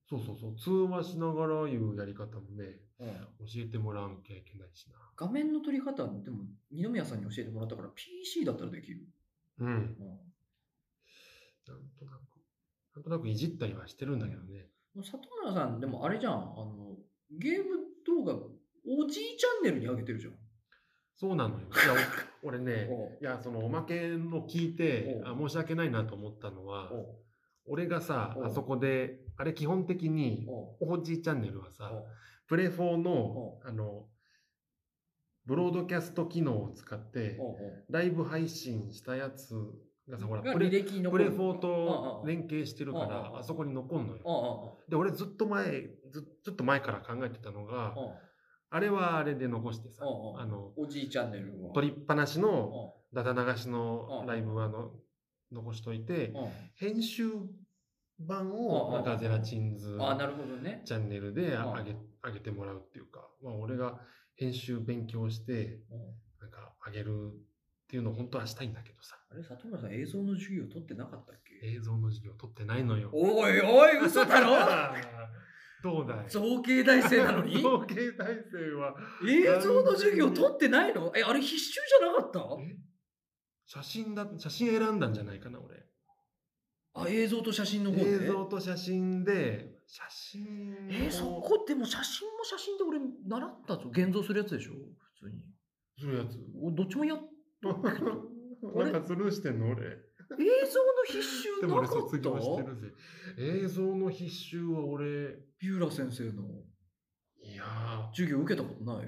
そうそうそう、通話しながらいうやり方もね、 うん、 教えてもらわなきゃいけないしな。 画面の撮り方はでも二宮さんに教えてもらったから ピーシー だったらできる。 うん。 うん、 なんとなく、なんとなくいじったりはしてるんだけどね。 里村さん、でもあれじゃん、あの、ゲーム動画、おじいチャンネルに上げてるじゃん。 そうなのよ。いや、お俺ね、いや、そのおまけの聞いて、あ、申し訳ないなと思ったのは、俺がさ、あそこで、あれ基本的に、おじいチャンネルはさ、プレフォーの、あの、ブロードキャスト機能を使って、ライブ配信したやつがさ、ほら、プレ、プレフォーと連携してるから、あそこに残んのよ。で、俺ずっと前、ずずっと前から考えてたのが、あれはあれで残してさ、あの、 おじいチャンネルを。 撮りっぱなしの、だだ流しのライブはの残しといて、編集版を、なんかゼラチンズチャンネルで上げ、上げてもらうっていうか、まあ俺が編集勉強して、なんか上げるっていうのを本当はしたいんだけどさ。 あれ、里村さん映像の授業取ってなかったっけ？ 映像の授業取ってないのよ。 おいおい、嘘だろどうだい？ 造形大生なのに造形大生は。 映像の授業取ってないの？え、あれ必修じゃなかった？え写真だ、写真選んだんじゃないかな、俺。 あ、映像と写真の方で映像と写真で、写真えー、そこでも写真も写真で俺習ったぞ。現像するやつでしょ普通に。 するやつどっちもやっなんかスルーしてんの俺。 映像の必修なかった？ でも俺卒業してるぜ。映像の必修は俺。 ビューラ先生の。 いやー。 授業受けたことない？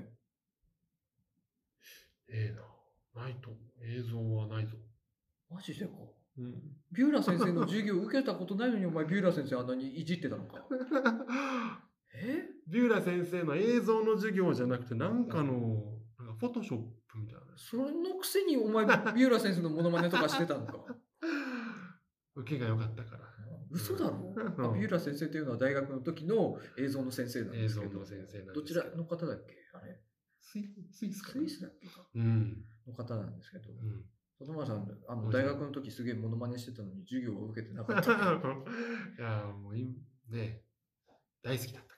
ええな。ないと。映像はないぞ。 マジでか。 うん、 ビューラ先生の授業受けたことないのにお前ビューラ先生あんなにいじってたのかえビューラ先生の映像の授業じゃなくてなんかのなんかフォトショップみたいな。 そのくせにお前ビューラ先生のモノマネとかしてたのか受けが良かったから。 嘘だろ、うん、ビューラ先生というのは大学の時の映像の先生なんですけど。 映像の先生なんですけど。 どちらの方だっけあれスイスイスかスイスだっけか、 うん、 の方なんですけど。 うん里村さん、あの大学の時すげえモノマネしてたのに授業を受けてなかった。いやもうね大好きだったから。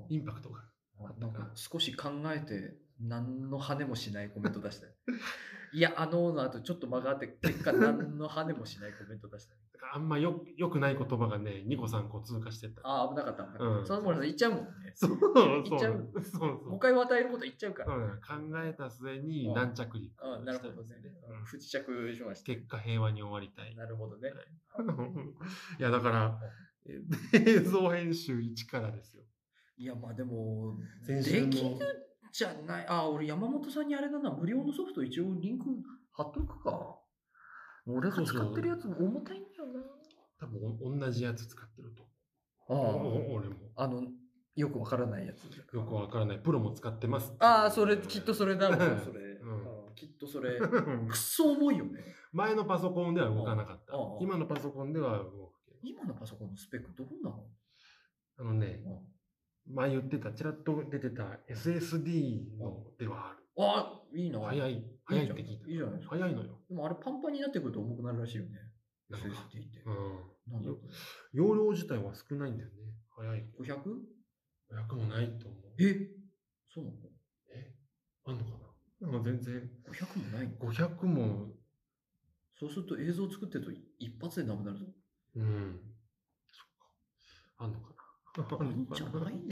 インパクトがあったから。 少し考えて何の羽もしないコメント出した。いや、あのの後ちょっと間があって結果何の羽もしないコメント出した。 あんまよよくない言葉がね、にこさんこ通過してた。 ああ、危なかった。うん、里村さん言っちゃうもんね。 そう、 言っちゃう。 そうそう。 誤解を与えること言っちゃうから。 そう考えた末に軟着陸。 ああ、なるほどね。不時着しました。 結果平和に終わりたい。 なるほどね。 いや、だから、映像編集一からですよ。 いや、まあでも、できるじゃない。あ、俺山本さんにあれだな、無料のソフト一応リンク貼っとくか。俺が使ってるやつも重たいんだよな。 多分同じやつ使ってると。 ああ、 俺も。 あの、よくわからないやつ。 よくわからない。プロも使ってます。 ああ、それ、きっとそれだろう、それ。うん、きっとそれ、くっそ重いよね。 前のパソコンでは動かなかった。今のパソコンでは動くけど。 今のパソコンのスペックどうなの？ あのね、前言ってた、ちらっと出てた エスエスディー のではある。 ああ、いいな。 早い。早いって聞いた。 いいじゃないですか。 早いのよ。 でもあれパンパンになってくると重くなるらしいよね。エスエスディー って。 うん。 なんだろう。 容量自体は少ないんだよね。早い。 ごひゃく？ ごひゃくもないと思う。 え？そうなの？ え？あんのかな？もう全然。 ごひゃくもないの？ ごひゃくも。 そうすると映像作ってると一発でなくなるぞ。 うん。そっか。あんのかな？ あんじゃないの？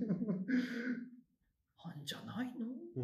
あんじゃないの？ うん。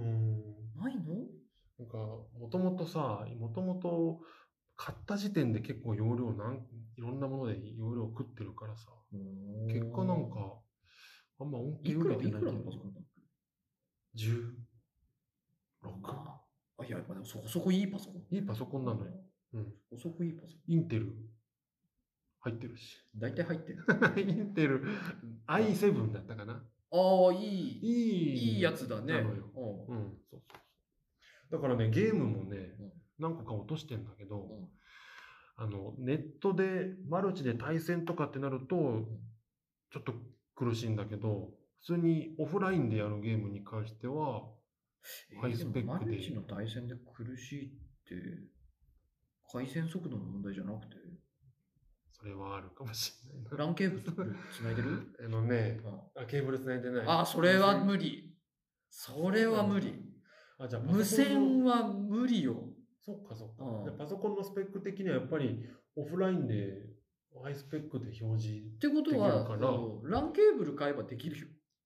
ないの？ なんか、もともとさ、もともと買った時点で結構容量なん、いろんなもので容量食ってるからさ、結果なんか、あんま恩恵受けてないけど、じゅうろく。 あ、いや、でもそこそこいいパソコン。 いいパソコンなのよ。うん。 そこそこいいパソコン。 インテル入ってるし。 大体入ってる。 インテル アイセブン だったかな。 ああ、いい。 いい。 いいやつだね。 なのよ。うん。そうそうそう。だからね、ゲームもね、何個か落としてんだけど、うん、あの、ネットで、マルチで対戦とかってなると、うん、ちょっと苦しいんだけど、普通にオフラインでやるゲームに関しては、ハイスペックで。 マルチの対戦で苦しいって、回線速度の問題じゃなくて、 それはあるかもしれないな。 ランケーブルつないでる？ あのね、 うんあ、ケーブル繋いでない。 あ、それは無理。それは無理。 あ、じゃあ無線は無理よ。 そっかそっか。 うんじゃあパソコンのスペック的にはやっぱりオフラインでハイスペックで表示。 ってことは、 できるかなあのランケーブル買えばできるよ。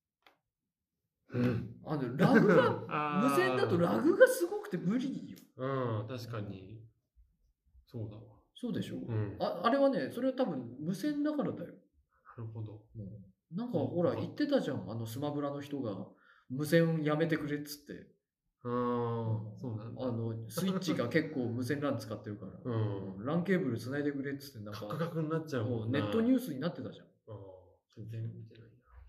うん。 あのラグが、 あー無線だとラグがすごくて無理よ。 うん、確かに。そうだわ。 そうでしょ、 うん。なああれはね、それは多分無線だからだよ。 るほど。 なんかほら言ってたじゃん、あのスマブラの人が無線やめてくれっつって。 ああ、そうなんだ。 あのスイッチが結構無線 ラン 使ってるから、 うん。 ランケーブル繋いでくれっつってなんカクかカクになっちゃうももな。 うんネットニュースになってたじゃん。 ああ、全然見てないな。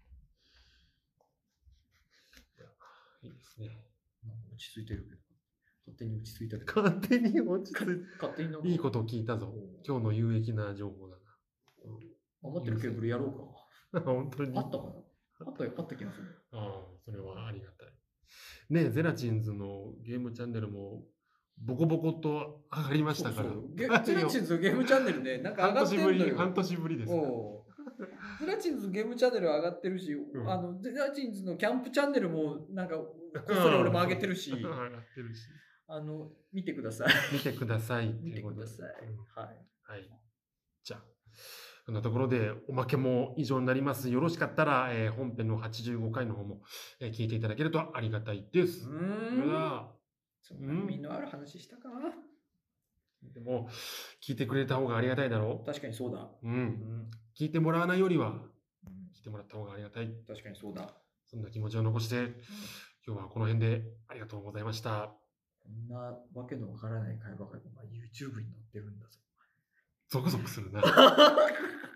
いいですね。 なんか落ち着いてるけど。勝手に落ち着いたけど。 勝手に落ち着い勝手になんかいいことを聞いたぞ。今日の有益な情報だ余ってるケーブルやろうな。本当に。 か。あったかなあったよ、あった気がする。 ああ、それはありがたい。ねえ、ゼラチンズのゲームチャンネルもボコボコと上がりましたから。 そうそうゲゼラチンズゲームチャンネルね、なんか上が半年ぶり、 ってるのよ。 半年ぶりですか。 おうゼラチンズゲームチャンネル上がってるし、 んあのゼラチンズのキャンプチャンネルもなんかこっそり俺も上げてるし、 上がってるし。 あの見てください。 見てください。 見てください。 うんはい。 はい。じゃあ、こんなところでおまけも以上になります。よろしかったら、えー本編のはちじゅうごかいの方も、えー聞いていただけるとありがたいです。 うそれーん。 はそんな意味のある話したかな。 でも、聞いてくれた方がありがたいだろ確かにそうだ。 う。う。 うんん。 聞いてもらわないよりは、 うん聞いてもらった方がありがたい。 確かにそうだ。 そんな気持ちを残して、今日はこの辺でありがとうございました。 こんなわけのわからない会話が今 YouTube に載ってるんだぞ。 ゾクゾクするな。